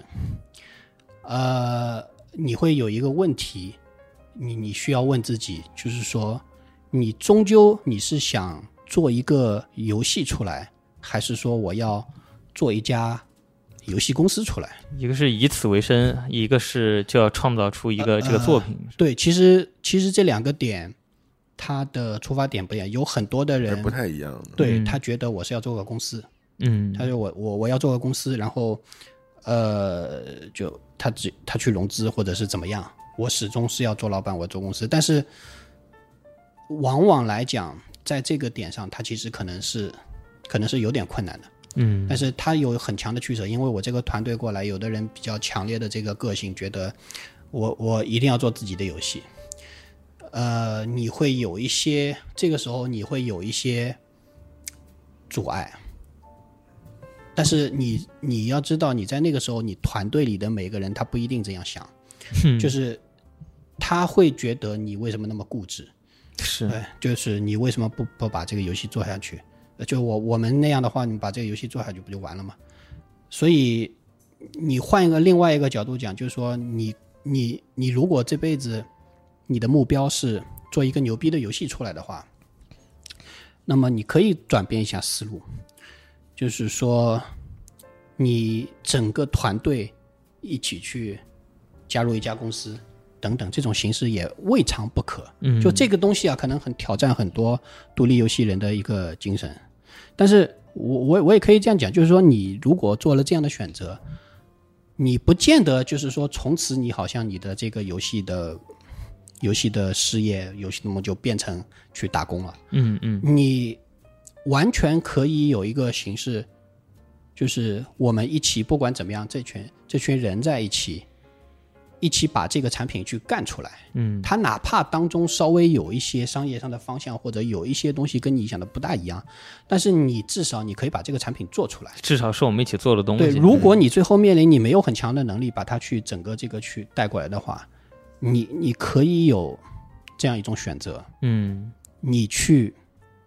你会有一个问题，你需要问自己，就是说，你终究你是想做一个游戏出来，还是说我要做一家游戏公司出来？ 一个是以此为生，一个是就要创造出一个这个作品。 对，其实这2个点，他的出发点不一样，有很多的人不太一样的。 对，他觉得我是要做个公司，他说我要做个公司，然后就他去融资或者是怎么样，我始终是要做老板，我做公司。但是往往来讲，在这个点上，他其实可能是有点困难的。但是他有很强的取舍，因为我这个团队过来，有的人比较强烈的这个个性，觉得我一定要做自己的游戏。你会有一些，这个时候你会有一些阻碍，但是你要知道，你在那个时候，你团队里的每个人他不一定这样想，就是他会觉得你为什么那么固执， 是， 对，就是你为什么不把这个游戏做下去？就我们那样的话，你把这个游戏做下去不就完了吗？所以你换另外一个角度讲，就是说你如果这辈子你的目标是做一个牛逼的游戏出来的话，那么你可以转变一下思路，就是说你整个团队一起去加入一家公司等等，这种形式也未尝不可。就这个东西啊，可能很挑战很多独立游戏人的一个精神。但是我也可以这样讲，就是说你如果做了这样的选择，你不见得就是说从此你好像你的这个游戏的事业，游戏那么就变成去打工了。你完全可以有一个形式，就是我们一起不管怎么样，这群人在一起把这个产品去干出来。他哪怕当中稍微有一些商业上的方向，或者有一些东西跟你想的不大一样，但是你至少你可以把这个产品做出来， 至少是我们一起做的东西。 对，如果你最后面临你没有很强的能力把它去整个这个去带过来的话，你可以有这样一种选择，你去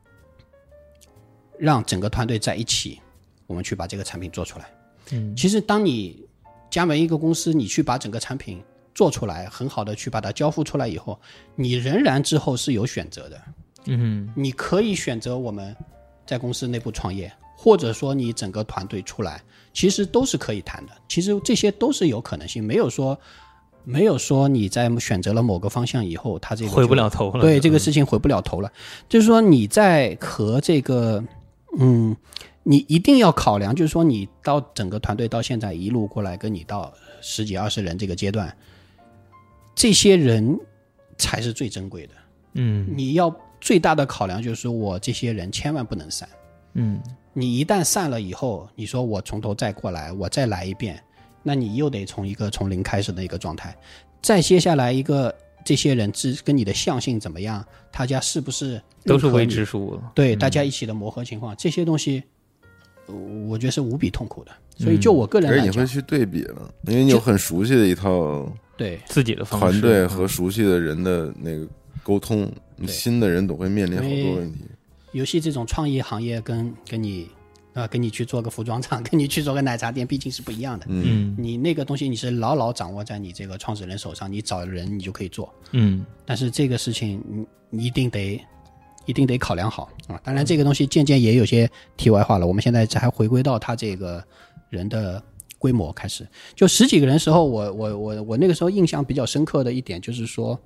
让整个团队在一起，我们去把这个产品做出来。其实当你加盟一个公司，你去把整个产品做出来，很好的去把它交付出来以后，你仍然之后是有选择的。你可以选择我们在公司内部创业，或者说你整个团队出来，其实都是可以谈的。其实这些都是有可能性，没有说你在选择了某个方向以后，它这个回不了头了。 对，这个事情回不了头了。就是说你在和这个你一定要考量，就是说你到整个团队到现在一路过来，跟你到10几20人这个阶段，这些人才是最珍贵的。你要最大的考量就是我这些人千万不能散。你一旦散了以后，你说我从头再过来，我再来一遍，那你又得从零开始的一个状态，再接下来一个这些人跟你的相性怎么样，大家是不是都是未知数了。 对，大家一起的磨合情况，这些东西我觉得是无比痛苦的。所以就我个人来讲， 而你会去对比了，因为你有很熟悉的一套对自己的方式团队和熟悉的人的那个沟通，你新的人总会面临好多问题。 游戏这种创意行业跟你跟你去做个服装厂，跟你去做个奶茶店，毕竟是不一样的。你那个东西你是牢牢掌握在你这个创始人手上，你找人你就可以做。但是这个事情你一定得考量好啊。当然这个东西渐渐也有些题外话了，我们现在还回归到他这个人的规模开始。就10几个人的时候，我那个时候印象比较深刻的一点就是说，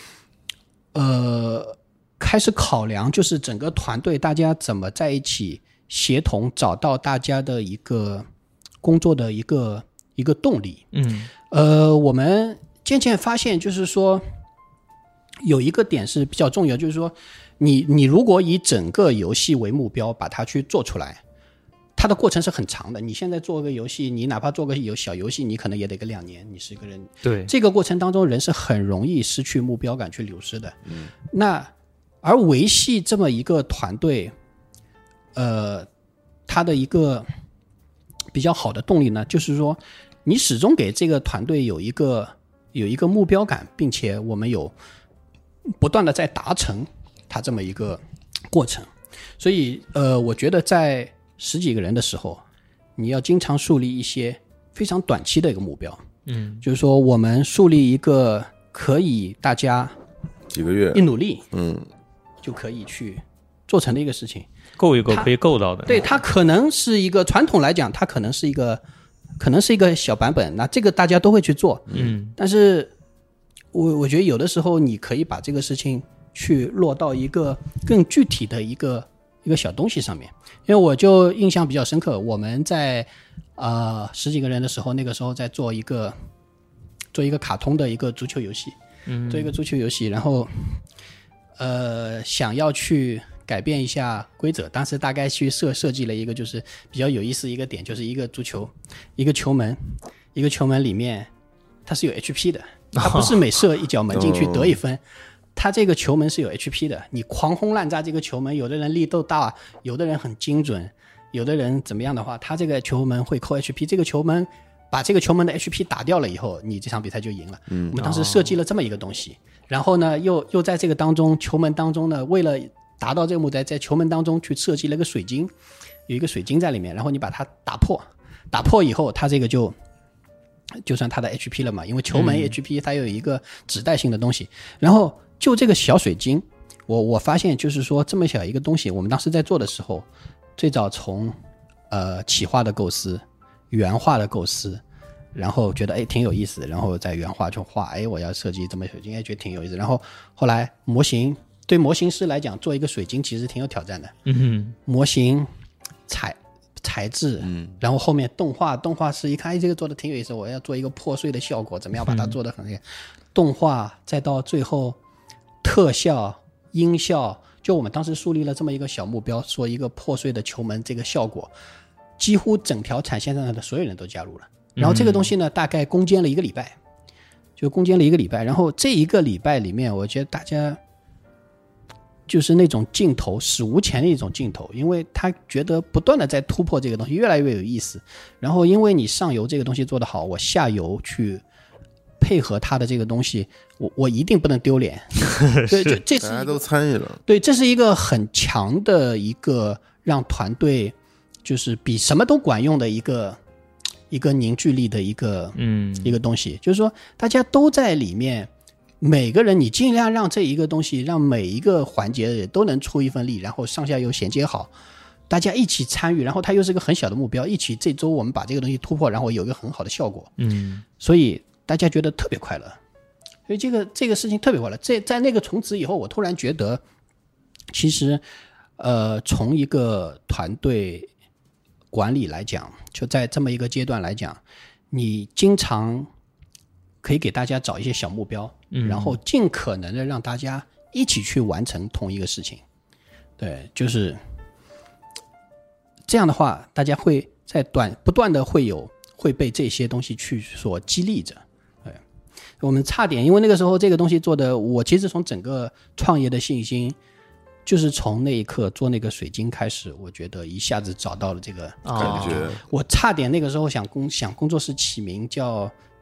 开始考量就是整个团队大家怎么在一起协同，找到大家的一个工作的一个动力。我们渐渐发现就是说有一个点是比较重要，就是说你如果以整个游戏为目标把它去做出来，它的过程是很长的。你现在做个游戏，你哪怕做个小游戏，你可能也得个2年，你是一个人。 对， 这个过程当中人是很容易失去目标感去流失的。那而维系这么一个团队它的一个比较好的动力呢，就是说你始终给这个团队有一个目标感，并且我们有不断的在达成它这么一个过程。所以我觉得在10几个人的时候，你要经常树立一些非常短期的一个目标。就是说我们树立一个可以大家几个月一努力就可以去做成的一个事情， 够一个可以够到的。 对，它可能是一个传统来讲，它可能是一个小版本，那这个大家都会去做。但是我觉得有的时候你可以把这个事情去落到一个更具体的一个小东西上面。因为我就印象比较深刻，我们在10几个人的时候，那个时候在做一个卡通的一个足球游戏，做一个足球游戏，然后想要去改变一下规则，当时大概去设计了一个就是比较有意思一个点，就是一个足球一个球门里面它是有 HP 的，它不是每射一脚门进去得1分，它这个球门是有 HP 的，你狂轰滥炸这个球门，有的人力度大，有的人很精准，有的人怎么样的话，它这个球门会扣 HP， 这个球门把这个球门的 HP 打掉了以后，你这场比赛就赢了。我们当时设计了这么一个东西，然后呢又在这个当中球门当中呢，为了达到这个目的，在球门当中去设计了一个水晶，有一个水晶在里面，然后你把它打破以后，它这个就算它的 HP 了嘛，因为球门 HP 它有一个指代性的东西。然后就这个小水晶，我发现就是说这么小一个东西，我们当时在做的时候，最早从企划的构思、原画的构思，然后觉得挺有意思，然后在原画就画，我要设计这么水晶，觉得挺有意思。然后后来对模型师来讲，做一个水晶其实挺有挑战的。模型材质，然后后面动画师一看，这个做的挺有意思，我要做一个破碎的效果，怎么样把它做得很动画，再到最后特效、音效，就我们当时树立了这么一个小目标，说一个破碎的球门这个效果，几乎整条产线上的所有人都加入了。然后这个东西呢，大概攻坚了1个礼拜，然后这1个礼拜里面，我觉得大家就是那种劲头史无前例的一种劲头，因为他觉得不断的在突破这个东西，越来越有意思。然后因为你上游这个东西做得好，我下游去配合他的这个东西，我一定不能丢脸。对，这是大家都参与了。 对，这是一个很强的一个让团队就是比什么都管用的一个凝聚力的一个东西，就是说大家都在里面，每个人你尽量让这一个东西，让每一个环节都能出一份力，然后上下游衔接好，大家一起参与，然后它又是个很小的目标，一起这周我们把这个东西突破，然后有一个很好的效果。所以大家觉得特别快乐，所以这个事情特别快乐。在那个从此以后，我突然觉得其实从一个团队管理来讲，就在这么一个阶段来讲，你经常可以给大家找一些小目标，然后尽可能的让大家一起去完成同一个事情。对，就是这样的话，大家会在不断的会被这些东西去所激励着。对，我们差点，因为那个时候这个东西做的，我其实从整个创业的信心，就是从那一刻做那个水晶开始，我觉得一下子找到了这个感觉。 我差点那个时候想工作室起名叫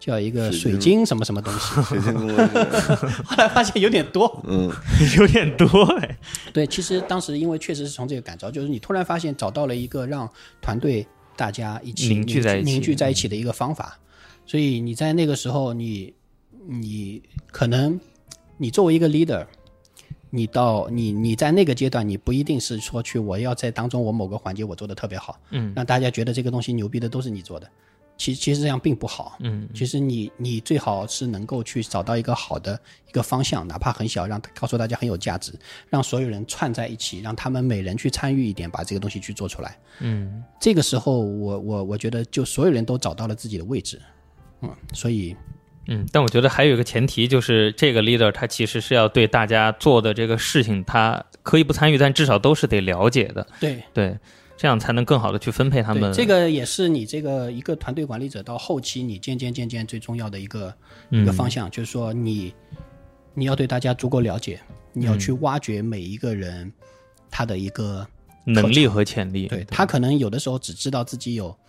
叫一个水晶什么什么东西， 水晶工作室， 后来发现有点多， 有点多哎。 对，其实当时因为确实是从这个感召，就是你突然发现找到了一个让团队大家一起凝聚在一起的一个方法，所以你在那个时候你可能你作为一个 leader， 你在那个阶段你不一定是说我要在当中我某个环节我做的特别好，让大家觉得这个东西牛逼的都是你做的，其实这样并不好，其实你最好是能够去找到一个好的一个方向，哪怕很小，让告诉大家很有价值，让所有人串在一起，让他们每人去参与一点，把这个东西去做出来。这个时候我觉得就所有人都找到了自己的位置，所以但我觉得还有一个前提，就是这个 leader 他其实是要对大家做的这个事情，他可以不参与，但至少都是得了解的。对，这样才能更好的去分配他们。 这个也是你这个一个团队管理者到后期你渐渐最重要的一个方向，就是说你要对大家足够了解，你要去挖掘每一个人他的一个能力和潜力。 对，他可能有的时候只知道自己有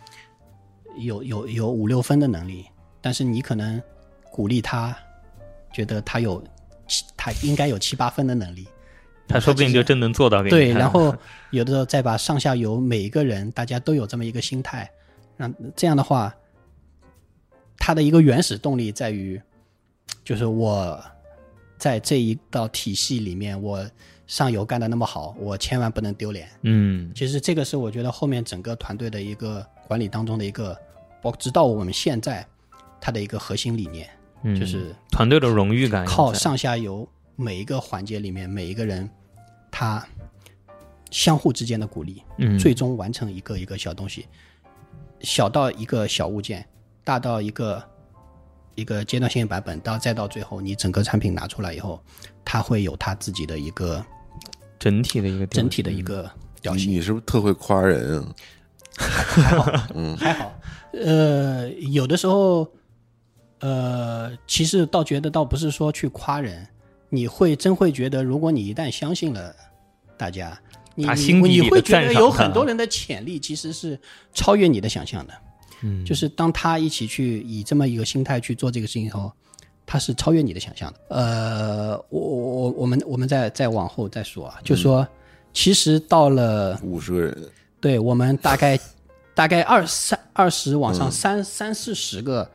5-6分的能力，但是你可能鼓励他，觉得他应该有7-8分的能力。 他说不定就真能做到给你看。 对，然后有的时候再把上下游每一个人大家都有这么一个心态，这样的话他的一个原始动力在于，就是我在这一道体系里面我上游干得那么好，我千万不能丢脸。其实这个是我觉得后面整个团队的一个管理当中的一个，直到我们现在它的一个核心理念，就是团队的荣誉感， 靠上下游每一个环节里面每一个人他相互之间的鼓励，最终完成一个小东西，小到一个小物件，大到一个阶段性版本，再到最后你整个产品拿出来以后，它会有它自己的一个整体的一个调性。 你是不是特会夸人啊？ 还好，有的时候其实觉得倒不是说去夸人，你真会觉得，如果你一旦相信了大家，你会觉得有很多人的潜力其实是超越你的想象的。就是当他一起去以这么一个心态去做这个事情后，他是超越你的想象的。我们再往后再说啊，就是说其实到了 50个人， 对，我们大概20往上30-40个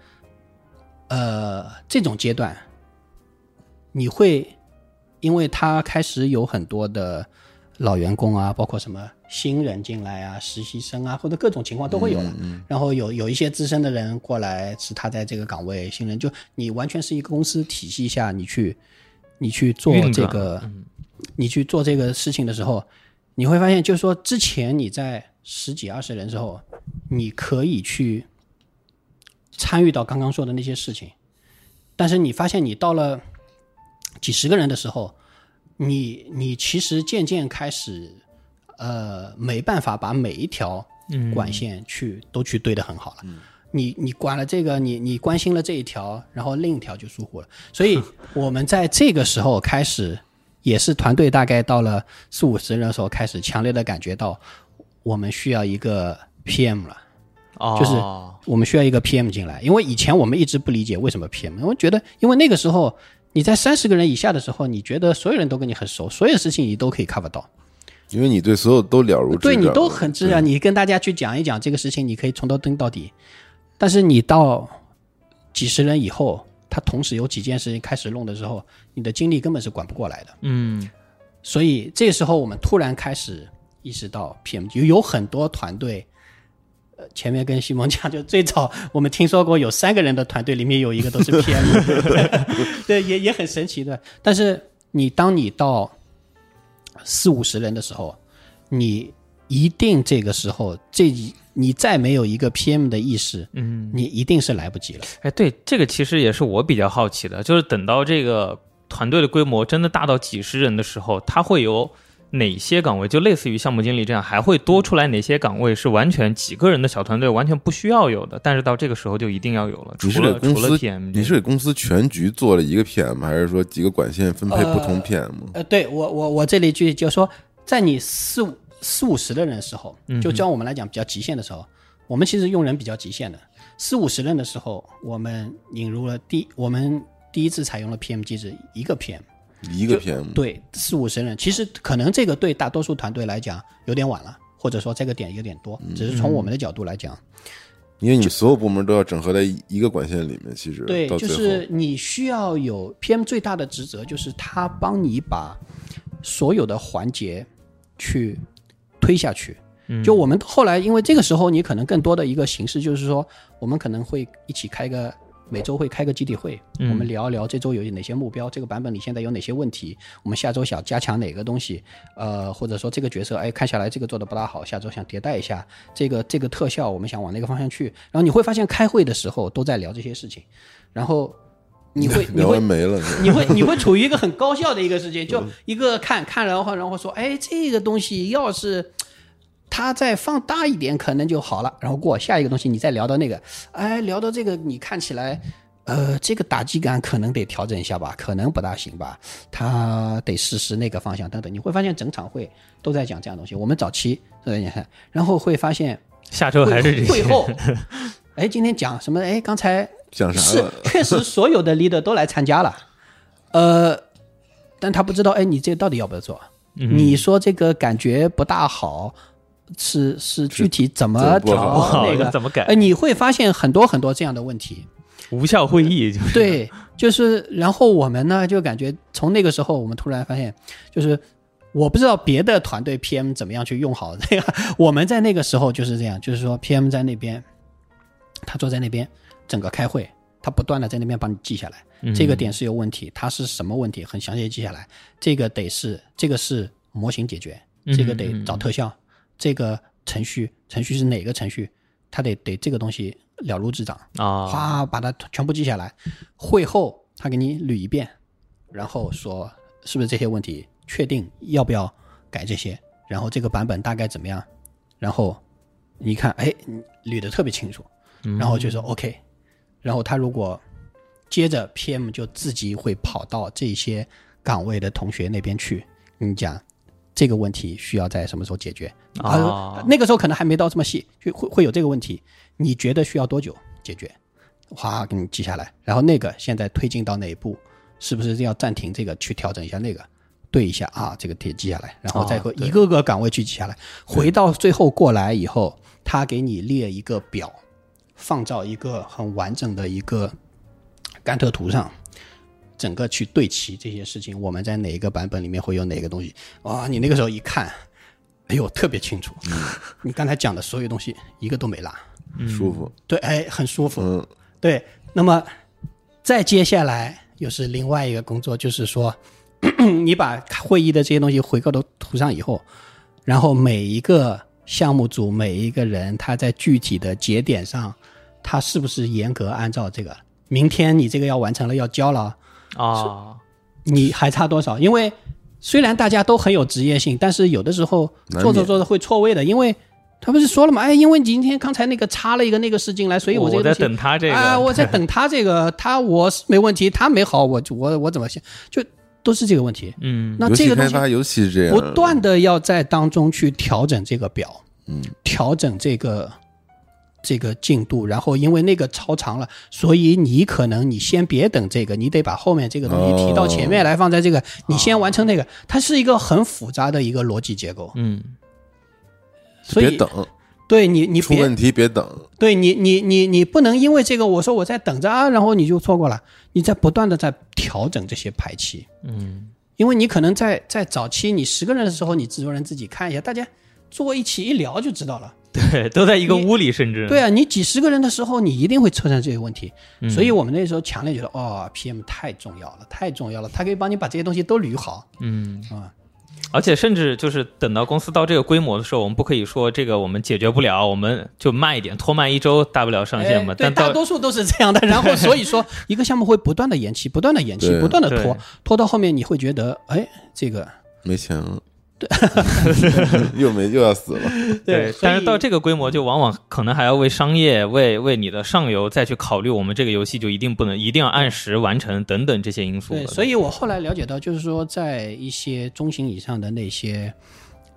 这种阶段，你会因为他开始有很多的老员工啊，包括什么新人进来啊，实习生啊，或者各种情况都会有了。然后有一些资深的人过来，是他在这个岗位，新人就你完全是一个公司体系下，你去做这个，你去做这个事情的时候，你会发现，就是说之前你在10几20人的时候，你可以去参与到刚刚说的那些事情，但是你发现你到了几十个人的时候，你其实渐渐开始没办法把每一条管线都去对得很好了。你管了这个，你关心了这一条，然后另一条就疏忽了。所以我们在这个时候开始，也是团队大概到了40-50人的时候，开始强烈的感觉到我们需要一个 PM 了。就是我们需要一个 PM 进来，因为以前我们一直不理解为什么 PM， 我觉得因为那个时候你在30个人以下的时候，你觉得所有人都跟你很熟，所有事情你都可以 cover 到， 因为你对所有都了如指掌， 对，你都很知道，你跟大家去讲一讲这个事情，你可以从头盯到底。但是你到几十人以后，他同时有几件事情开始弄的时候，你的精力根本是管不过来的。所以这时候我们突然开始意识到 PM 有很多团队。前面跟西蒙讲，就最早我们听说过有3个人的团队里面有一个都是 PM 对，也很神奇的。但是当你到40-50人的时候，你一定这个时候你再没有一个 PM 的意识，你一定是来不及了。 对，这个其实也是我比较好奇的，就是等到这个团队的规模真的大到几十人的时候，它会有哪些岗位，就类似于项目经理这样，还会多出来哪些岗位是完全几个人的小团队完全不需要有的，但是到这个时候就一定要有了。除了 PM， 你是给公司全局做了一个 PM， 还是说几个管线分配不同 PM？ 对，我这里就是说，在你40-50的人的时候，就照我们来讲比较极限的时候，我们其实用人比较极限的 40-50人的时候，我们引入了我们第一次采用了 PM 机制，一个 PM。对，40-50人，其实可能这个对大多数团队来讲有点晚了，或者说这个点有点多，只是从我们的角度来讲， 因为你所有部门都要整合在一个管线里面，其实对， 到最后就是你需要有 PM 最大的职责，就是他帮你把所有的环节去推下去。就我们后来，因为这个时候你可能更多的一个形式就是说，我们可能会一起每周会开个集体会，我们聊一聊这周有哪些目标，这个版本里现在有哪些问题，我们下周想加强哪个东西，或者说这个角色，看下来这个做的不大好，下周想迭代一下，这个特效我们想往那个方向去，然后你会发现开会的时候都在聊这些事情，然后你会聊完没了， 你会处于一个很高效的一个事情，就一个看然后说，这个东西要是它再放大一点可能就好了，然后过下一个东西你再聊到那个，聊到这个你看起来这个打击感可能得调整一下吧，可能不大行吧，它得试试那个方向等等，你会发现整场会都在讲这样的东西。我们早期然后会发现下周还是这些会后今天讲什么，刚才讲啥了？ 是确实所有的 leader 都来参加了，但他不知道你这到底要不要做，你说这个感觉不大好，是具体怎么调那个怎么改？ 你会发现很多很多这样的问题， 无效会议就是对，就是然后我们呢就感觉从那个时候我们突然发现，就是我不知道别的团队 PM 怎么样去用好这个，我们在那个时候就是这样，就是说 PM 在那边，他坐在那边整个开会，他不断的在那边帮你记下来，这个点是有问题，它是什么问题，很详细的记下来，这个是模型解决，这个得找特效。这个程序是哪个程序，他得这个东西了如指掌哗把它全部记下来。会后他给你捋一遍，然后说是不是这些问题，确定要不要改这些，然后这个版本大概怎么样，然后你看捋得特别清楚，然后就说 OK， 然后他如果接着 PM 就自己会跑到这些岗位的同学那边去跟你讲这个问题需要在什么时候解决，那个时候可能还没到这么细，会有这个问题，你觉得需要多久解决，哗给你记下来，然后那个现在推进到哪一步，是不是要暂停这个去调整一下那个，对一下这个记下来，然后再一个个岗位去记下来，回到最后过来以后，他给你列一个表，放到一个很完整的一个甘特图上，整个去对齐这些事情，我们在哪一个版本里面会有哪个东西，你那个时候一看，特别清楚，你刚才讲的所有东西一个都没落， 舒服， 对，很舒服，对。那么再接下来又是另外一个工作，就是说你把会议的这些东西回到图上以后，然后每一个项目组每一个人他在具体的节点上，他是不是严格按照这个，明天你这个要完成了要交了你还差多少？因为虽然大家都很有职业性，但是有的时候做着会错位的，因为他不是说了吗？因为你今天刚才那个插了一个那个事进来，所以我这个我在等他这个我在等他这个我是没问题，他没好，我怎么想，就都是这个问题。那这个东西尤其是这样， 不断的要在当中去调整这个表，调整这个进度，然后因为那个超长了，所以你可能你先别等这个，你得把后面这个东西提到前面来，放在这个，你先完成那个，它是一个很复杂的一个逻辑结构。所以别等， 对你出问题别等， 对你不能因为这个我说我在等着然后你就错过了，你在不断的在调整这些排期。因为你可能在早期你10个人的时候，你制作人自己看一下，大家坐一起一聊就知道了。 对，都在一个屋里，甚至对啊，你几十个人的时候，你一定会出现这些问题。所以我们那时候强烈觉得PM 太重要了，太重要了，它可以帮你把这些东西都捋好。 而且甚至就是等到公司到这个规模的时候，我们不可以说这个我们解决不了，我们就慢一点，拖慢1周，大不了上线嘛。 对，大多数都是这样的。然后所以说，一个项目会不断的延期，不断的延期，不断的拖到后面，你会觉得，这个没钱了。又要死了。 对，但是到这个规模，就往往可能还要为商业、为你的上游再去考虑，我们这个游戏就一定要按时完成等等这些因素。 对，所以我后来了解到，就是说，在一些中型以上的那些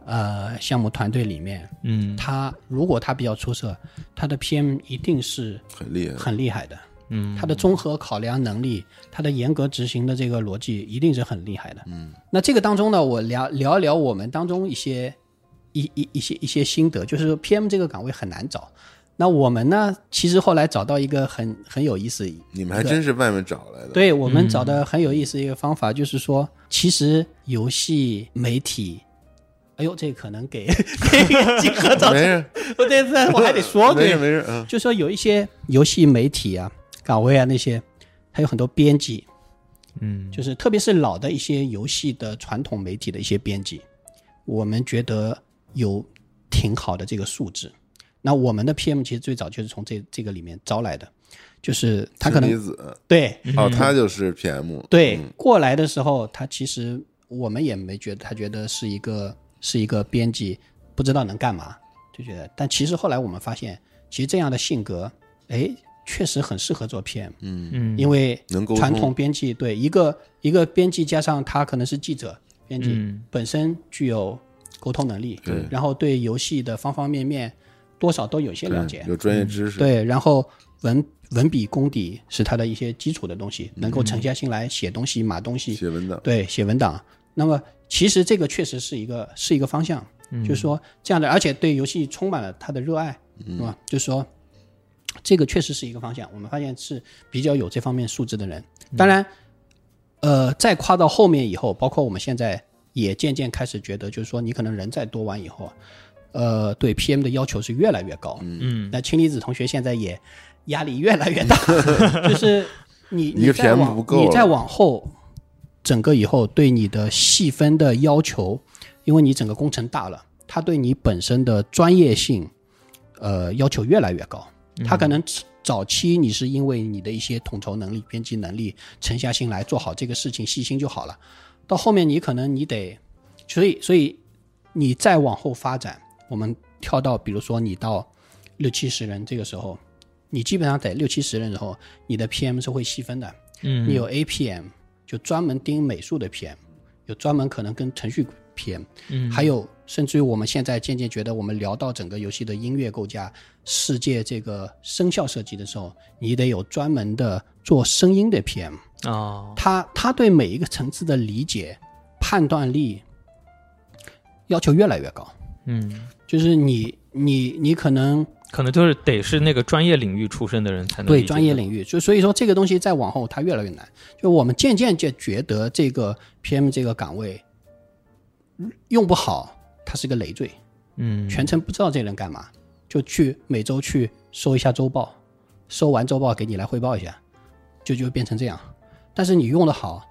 项目团队里面，他如果他比较出色，他的 PM 一定是很厉害的，他的综合考量能力，他的严格执行的这个逻辑一定是很厉害的。那这个当中呢，我聊一聊我们当中一些心得，就是 PM 这个岗位很难找。那我们呢，其实后来找到一个很有意思， 你们还真是外面找来的。 对，我们找的很有意思一个方法，就是说，其实游戏媒体，哎呦，这个可能给集合找， 没事， 我还得说， 没事， 就说有一些游戏媒体啊、岗位啊那些，还有很多编辑，就是特别是老的一些游戏的传统媒体的一些编辑，我们觉得有挺好的这个素质。那我们的 PM 其实最早就是从这个里面招来的，就是他可能对他就是 PM 对、过来的时候，他其实我们也没觉得，他觉得是一个编辑，不知道能干嘛，就觉得。但其实后来我们发现，其实这样的性格，确实很适合做 PM，因为传统编辑对一个编辑加上他可能是记者编辑，本身具有沟通能力，然后对游戏的方方面面。多少都有些了解， 有专业知识， 对，然后文笔功底是他的一些基础的东西，能够沉下心来写东西、码东西、 写文档， 对，写文档。那么其实这个确实是一个方向，就是说这样的，而且对游戏充满了他的热爱，是吧？就是说这个确实是一个方向。我们发现是比较有这方面素质的人。当然，再跨到后面以后，包括我们现在也渐渐开始觉得，就是说你可能人再多完以后。对 PM 的要求是越来越高。那氢离子同学现在也压力越来越大，就是你再往后，整个以后对你的细分的要求，因为你整个工程大了，它对你本身的专业性，要求越来越高。它可能早期你是因为你的一些统筹能力、编辑能力，沉下心来做好这个事情，细心就好了。到后面你可能你得，所以你再往后发展。我们跳到比如说你到60-70人，这个时候你基本上在60-70人的时候，你的 PM 是会细分的。你有 APM 就专门盯美术的 PM， 有专门可能跟程序 PM，还有甚至于我们现在渐渐觉得，我们聊到整个游戏的音乐构架、世界这个声效设计的时候，你得有专门的做声音的 PM。他对每一个层次的理解、判断力要求越来越高。就是你可能就是得是那个专业领域出身的人才能对专业领域，所以说这个东西再往后它越来越难。就我们渐渐就觉得这个 PM 这个岗位用不好，它是个累赘。全程不知道这人干嘛，就每周去收一下周报，收完周报给你来汇报一下，就变成这样。但是你用的好，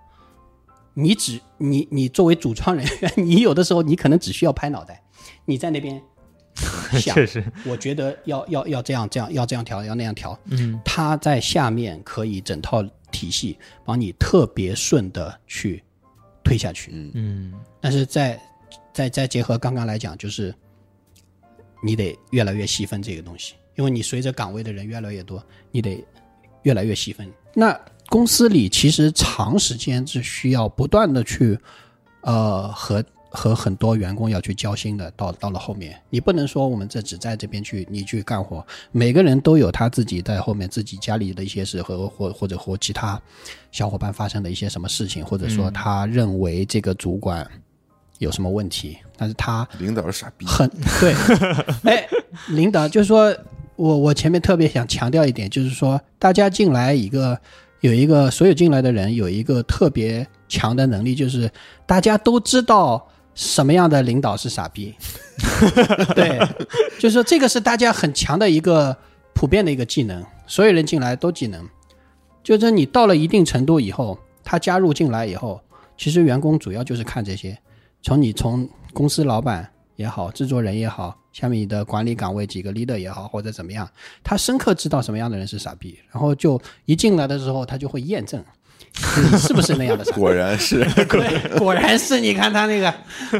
你作为主创人员，你有的时候你可能只需要拍脑袋。你在那边想， 确实， 我觉得要这样，要这样调，要那样调。他在下面可以整套体系帮你特别顺的去推下去。但是再结合刚刚来讲，就是你得越来越细分这个东西，因为你随着岗位的人越来越多，你得越来越细分。那公司里其实长时间是需要不断的去和很多员工要去交心的，到了后面，你不能说我们只在这边你去干活，每个人都有他自己在后面自己家里的一些事或者和其他小伙伴发生的一些什么事情，或者说他认为这个主管有什么问题，但是他领导是傻逼， 对，领导就是说我前面特别想强调一点，就是说大家进来所有进来的人有一个特别强的能力，就是大家都知道什么样的领导是傻逼。对，就是说这个是大家很强的一个普遍的一个技能，所有人进来都技能。就是你到了一定程度以后，他加入进来以后，其实员工主要就是看这些，从公司老板也好，制作人也好，下面你的管理岗位几个 leader 也好，或者怎么样，他深刻知道什么样的人是傻逼，然后就一进来的时候他就会验证你是不是那样的傻逼。 果然是对，果然是，你看他那个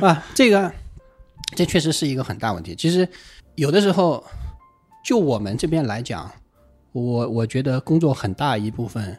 这确实是一个很大问题。其实有的时候就我们这边来讲，我觉得工作很大一部分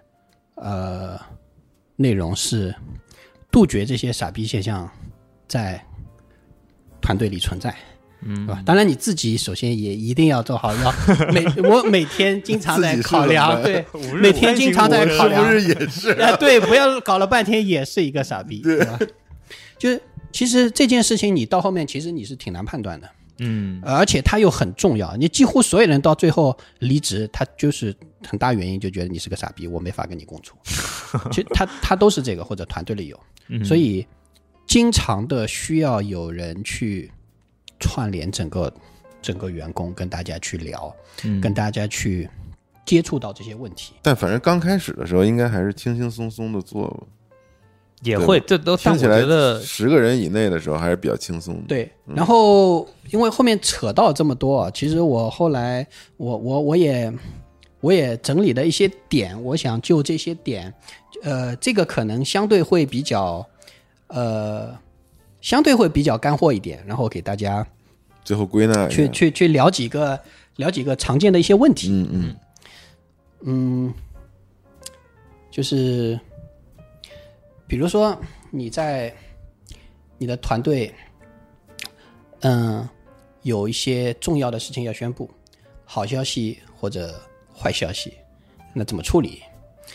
内容是杜绝这些傻逼现象在团队里存在。对吧？当然你自己首先也一定要做好，我每天经常在考量，对，每天经常在考量， 是不是也是？ 对，不要搞了半天也是一个傻逼，对吧？就是其实这件事情你到后面其实你是挺难判断的，而且它又很重要，你几乎所有人到最后离职，他就是很大原因就觉得你是个傻逼，我没法跟你共处。其实他都是这个，或者团队里有，所以经常的需要有人去串联整个员工，跟大家去聊，跟大家去接触到这些问题。 但反正刚开始的时候，应该还是轻轻松松的做吧。 也会，这都听起来但我觉得 10个人以内的时候还是比较轻松的。 对，然后因为后面扯到这么多啊，其实我后来我也整理了一些点，我想就这些点，这个可能相对会比较干货一点，然后给大家最后归纳去聊几个常见的一些问题。就是比如说你在你的团队有一些重要的事情要宣布，好消息或者坏消息，那怎么处理？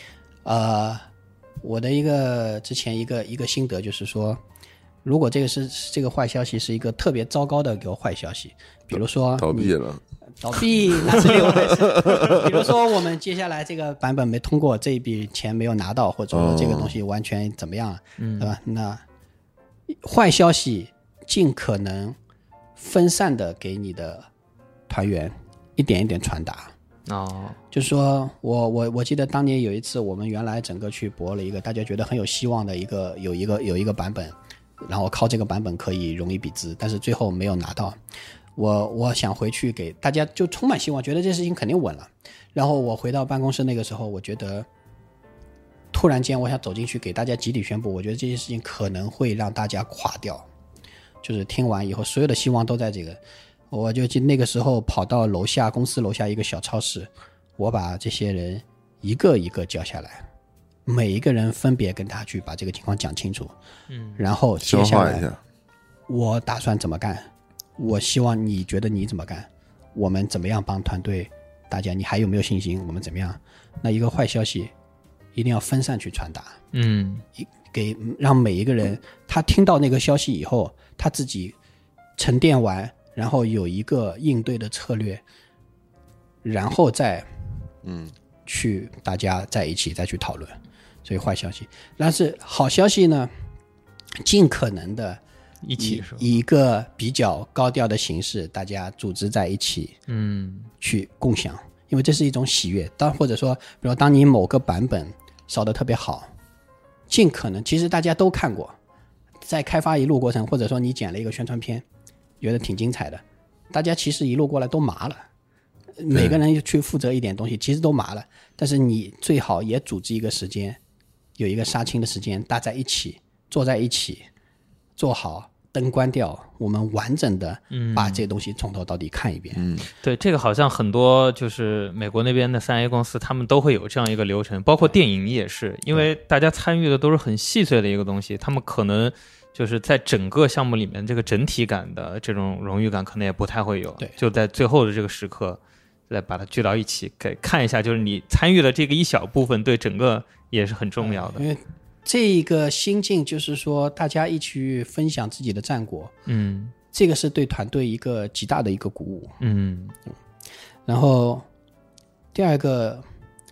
我的之前一个心得就是说，如果这个坏消息是一个特别糟糕的一个坏消息，比如说倒闭了， 倒闭那是另外回事。比如说我们接下来这个版本没通过，这一笔钱没有拿到，或者说这个东西完全怎么样，对吧？那坏消息尽可能分散的给你的团员一点一点传达。就是说我记得当年有一次，我们原来整个去博了一个大家觉得很有希望的有一个版本，然后靠这个版本可以融一笔资，但是最后没有拿到。我想回去给大家就充满希望，觉得这事情肯定稳了。然后我回到办公室那个时候，我觉得突然间我想走进去给大家集体宣布，我觉得这件事情可能会让大家垮掉。就是听完以后，所有的希望都在这个。我就那个时候跑到公司楼下一个小超市，我把这些人一个一个叫下来，每一个人分别跟他去把这个情况讲清楚，然后接下来我打算怎么干，我希望你觉得你怎么干，我们怎么样帮团队，大家你还有没有信心，我们怎么样？那一个坏消息一定要分散去传达，让每一个人他听到那个消息以后，他自己沉淀完，然后有一个应对的策略，然后再去大家在一起再去讨论。所以坏消息，但是好消息呢，尽可能的一起以一个比较高调的形式，大家组织在一起，去共享，因为这是一种喜悦。或者说，比如当你某个版本烧得特别好，尽可能，其实大家都看过，在开发一路过程，或者说你剪了一个宣传片，觉得挺精彩的，大家其实一路过来都麻了，每个人去负责一点东西，其实都麻了。但是你最好也组织一个时间，有一个杀青的时间，大家一起坐在一起，做好，灯关掉，我们完整的把这个东西从头到底看一遍。 对，这个好像很多就是美国那边的3A 公司，他们都会有这样一个流程，包括电影也是，因为大家参与的都是很细碎的一个东西，他们可能就是在整个项目里面这个整体感的这种荣誉感可能也不太会有， 对， 就在最后的这个时刻再把它聚到一起，给看一下，就是你参与的这个一小部分对整个也是很重要的。 因为这个心境就是说大家一起分享自己的战果，这个是对团队一个极大的一个鼓舞。然后第二个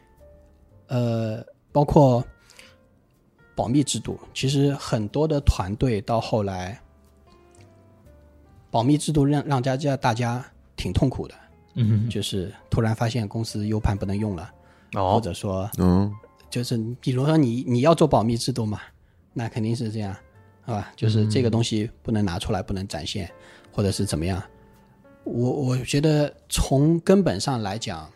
包括保密制度，其实很多的团队到后来保密制度让大家挺痛苦的，就是突然发现公司 U 盘不能用了，或者说就是比如说你要做保密制度嘛，那肯定是这样，是吧？就是这个东西不能拿出来，不能展现，或者是怎么样。我觉得从根本上来讲，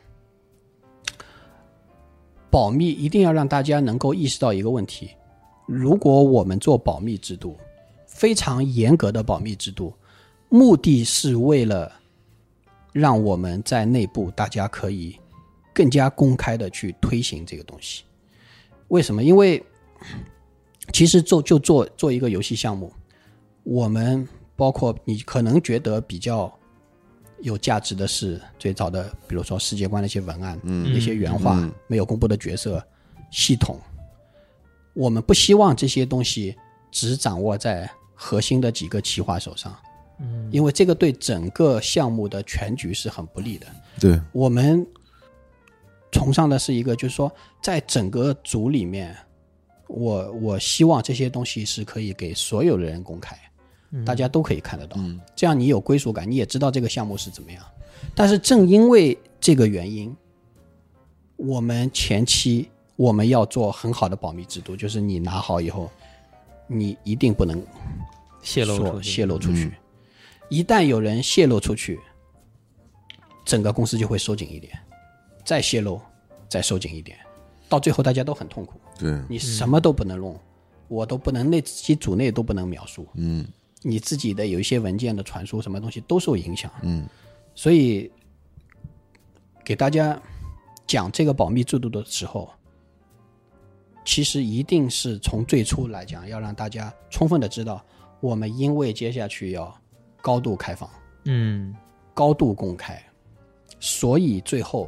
保密一定要让大家能够意识到一个问题：如果我们做保密制度，非常严格的保密制度，目的是为了让我们在内部大家可以更加公开的去推行这个东西。为什么？因为其实做一个游戏项目，我们包括你可能觉得比较有价值的是最早的，比如说世界观的一些文案，那些原话，没有公布的角色系统，我们不希望这些东西只掌握在核心的几个企划手上，因为这个对整个项目的全局是很不利的。 对， 我们崇尚的是一个，就是说在整个组里面，我希望这些东西是可以给所有的人公开，大家都可以看得到，这样你有归属感，你也知道这个项目是怎么样。但是正因为这个原因，我们前期我们要做很好的保密制度，就是你拿好以后，你一定不能泄露出去。 一旦有人泄露出去，整个公司就会收紧一点，再泄露，再收紧一点，到最后大家都很痛苦。 对， 你什么都不能弄，我都不能，自己组内都不能描述。你自己的有一些文件的传输，什么东西都受影响。所以给大家讲这个保密制度的时候，其实一定是从最初来讲，要让大家充分的知道，我们因为接下去要高度开放，高度公开，所以最后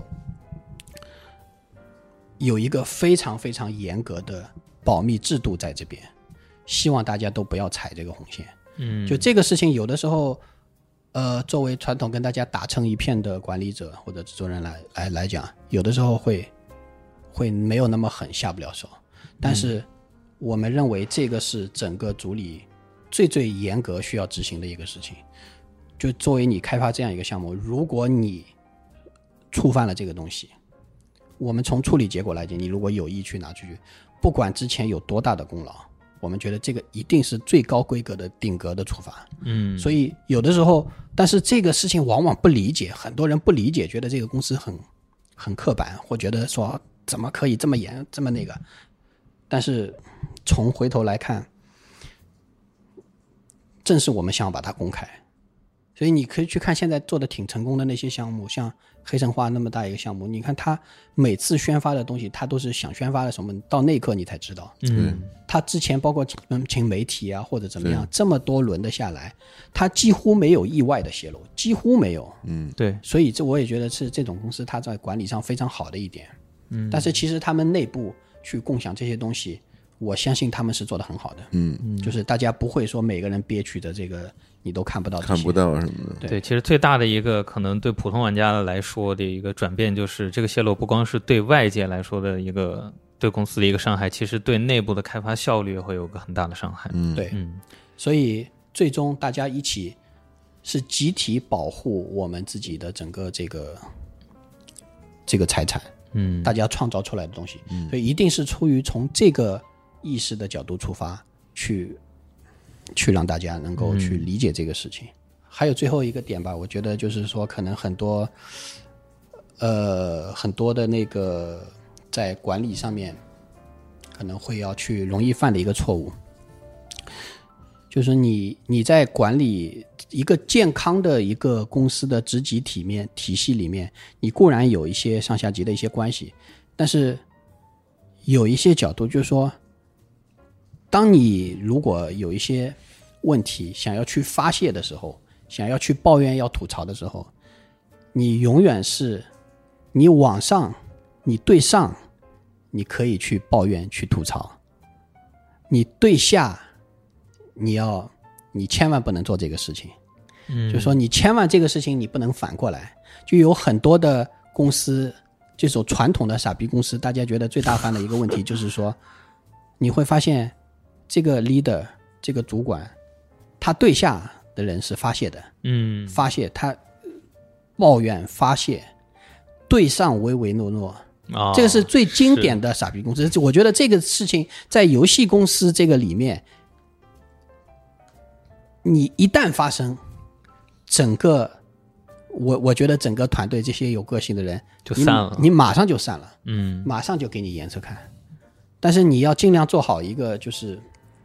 有一个非常非常严格的保密制度在这边，希望大家都不要踩这个红线。就这个事情，有的时候，作为传统跟大家打成一片的管理者或者制作人来讲，有的时候会没有那么狠，下不了手。但是我们认为这个是整个组里最严格需要执行的一个事情。就作为你开发这样一个项目，如果你触犯了这个东西，我们从处理结果来讲，你如果有意去拿出去，不管之前有多大的功劳，我们觉得这个一定是最高规格的顶格的处罚。所以有的时候，但是这个事情往往不理解，很多人不理解，觉得这个公司很刻板，或觉得说怎么可以这么严这么那个。但是从回头来看，正是我们想把它公开。所以你可以去看现在做的挺成功的那些项目，像黑神话那么大一个项目，你看他每次宣发的东西，他都是想宣发的什么，到那一刻你才知道。他之前包括请媒体啊或者怎么样，这么多轮的下来，他几乎没有意外的泄露，几乎没有。 对。 所以我也觉得是这种公司它在管理上非常好的一点。但是其实他们内部去共享这些东西，我相信他们是做得很好的。就是大家不会说每个人憋屈的这个你都看不到， 看不到什么的。 对，其实最大的一个可能对普通玩家来说的一个转变，就是这个泄露不光是对外界来说的一个对公司的一个伤害，其实对内部的开发效率会有个很大的伤害。 对，所以最终大家一起是集体保护我们自己的整个这个财产。大家创造出来的东西，所以一定是出于从这个意识的角度出发，去让大家能够去理解这个事情。还有最后一个点吧，我觉得就是说，可能很多的那个在管理上面可能会要去容易犯的一个错误，就是你在管理一个健康的一个公司的职级体系里面，你固然有一些上下级的一些关系，但是有一些角度就是说，当你如果有一些问题想要去发泄的时候，想要去抱怨要吐槽的时候，你永远是你往上你对上你可以去抱怨去吐槽，你对下你千万不能做这个事情。就是说你千万这个事情你不能反过来。就有很多的公司，这种传统的傻逼公司，大家觉得最大犯的一个问题就是说，你会发现这个 leader 这个主管，他对下的人是发泄的，发泄，他抱怨发泄，对上唯唯诺诺。这个是最经典的傻逼公司。我觉得这个事情在游戏公司这个里面，你一旦发生，整个我觉得整个团队这些有个性的人就散了， 你马上就散了，马上就给你颜色看。但是你要尽量做好一个就是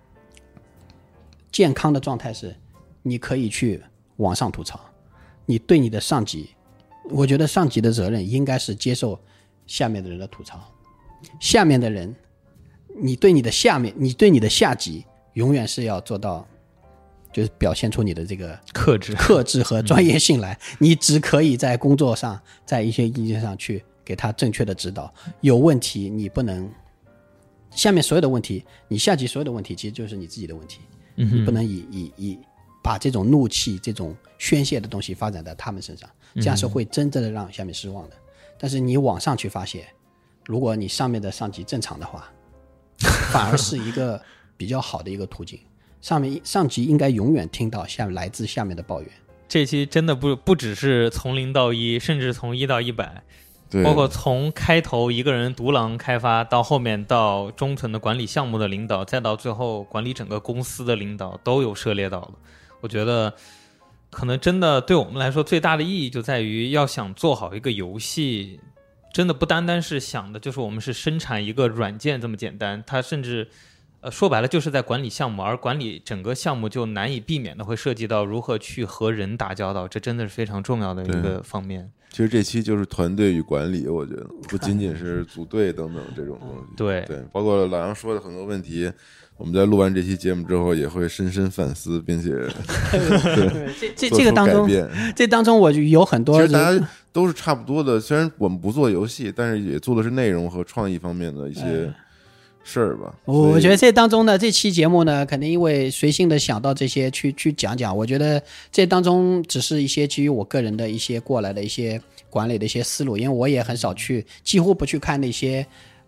健康的状态，是你可以去往上吐槽，你对你的上级，我觉得上级的责任应该是接受下面的人的吐槽，下面的人，你对你的下级永远是要做到就是表现出你的这个克制和专业性来。你只可以在工作上，在一些意见上去给他正确的指导。有问题你不能，下面所有的问题，你下级所有的问题，其实就是你自己的问题。你不能以把这种怒气、这种宣泄的东西发展在他们身上，这样是会真正的让下面失望的。但是你往上去发泄，如果你上面的上级正常的话，反而是一个比较好的一个途径。上级应该永远听到来自下面的抱怨。 这期真的不只是从0到1，甚至从1到100，包括从开头一个人独狼开发，到后面到中层的管理项目的领导，再到最后管理整个公司的领导，都有涉猎到的。我觉得可能真的对我们来说最大的意义就在于，要想做好一个游戏，真的不单单是想的就是我们是生产一个软件这么简单，它甚至说白了就是在管理项目，而管理整个项目就难以避免的会涉及到如何去和人打交道，这真的是非常重要的一个方面。 其实这期就是团队与管理，我觉得不仅仅是组队等等这种东西。 对， 包括老杨说的很多问题，我们在录完这期节目之后也会深深反思，并且这个当中，这当中我有很多， 其实大家都是差不多的。虽然我们不做游戏，但是也做的是内容和创意方面的一些事儿吧。 我觉得这当中呢，这期节目呢，肯定因为随性的想到这些去讲讲。我觉得这当中只是一些基于我个人的一些过来的一些管理的一些思路，因为我也很少几乎不去看那些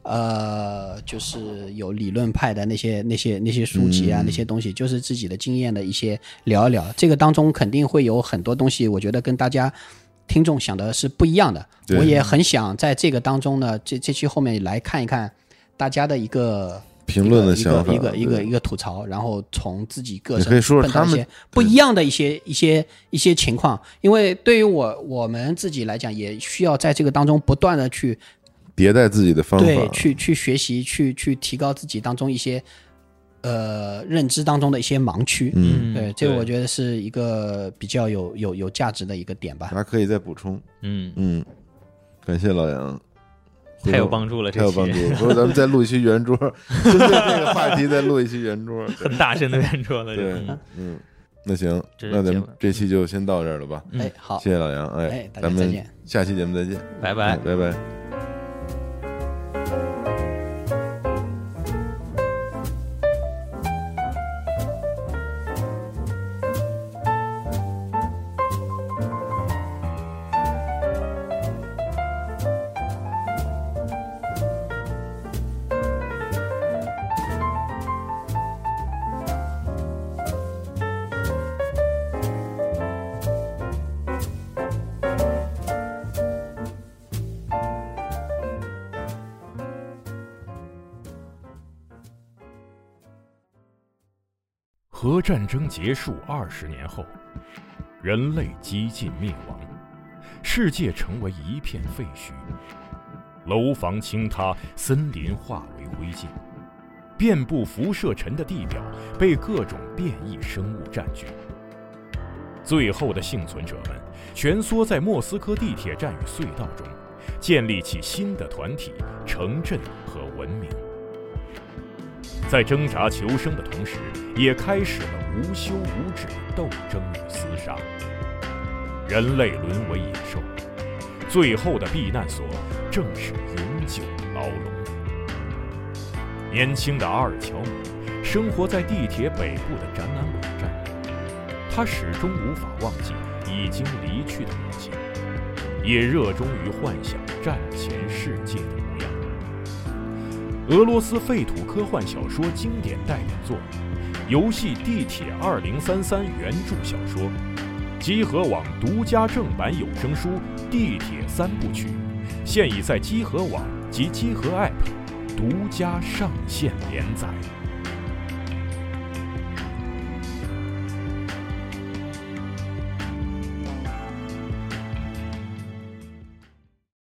就是有理论派的那些书籍啊，那些东西，就是自己的经验的一些聊一聊。这个当中肯定会有很多东西，我觉得跟大家听众想的是不一样的。我也很想在这个当中呢，这期后面来看一看大家的一个评论的想法， 一个吐槽，然后从自己个人碰到一些不一样的一些情况。因为对于我们自己来讲，也需要在这个当中不断的去迭代自己的方法， 对，去学习，去提高自己当中一些认知当中的一些盲区。对，这个我觉得是一个比较有价值的一个点吧。 还可以再补充。感谢老杨。 太有帮助了， 太有帮助了。说咱们再录一期圆桌，针对这个话题再录一期圆桌， 很大声的圆桌了。 对，那行，那咱们这期就先到这儿了吧？ 好， 谢谢老杨，咱们下期节目再见， 拜拜， 拜拜。 核战争结束20年后，人类几近灭亡，世界成为一片废墟，楼房倾塌，森林化为灰烬，遍布辐射尘的地表被各种变异生物占据。最后的幸存者们蜷缩在莫斯科地铁站与隧道中，建立起新的团体、城镇和文明。在挣扎求生的同时，也开始了无休无止的斗争与厮杀。人类沦为野兽，最后的避难所正是永久牢笼。年轻的阿尔乔姆生活在地铁北部的展览网站，他始终无法忘记已经离去的母亲，也热衷于幻想战前世界的模样。俄罗斯废土科幻小说经典代表作，游戏《地铁2033》原著小说，集合网独家正版有声书《地铁3部曲》，现已在集合网及集合 App 独家上线连载。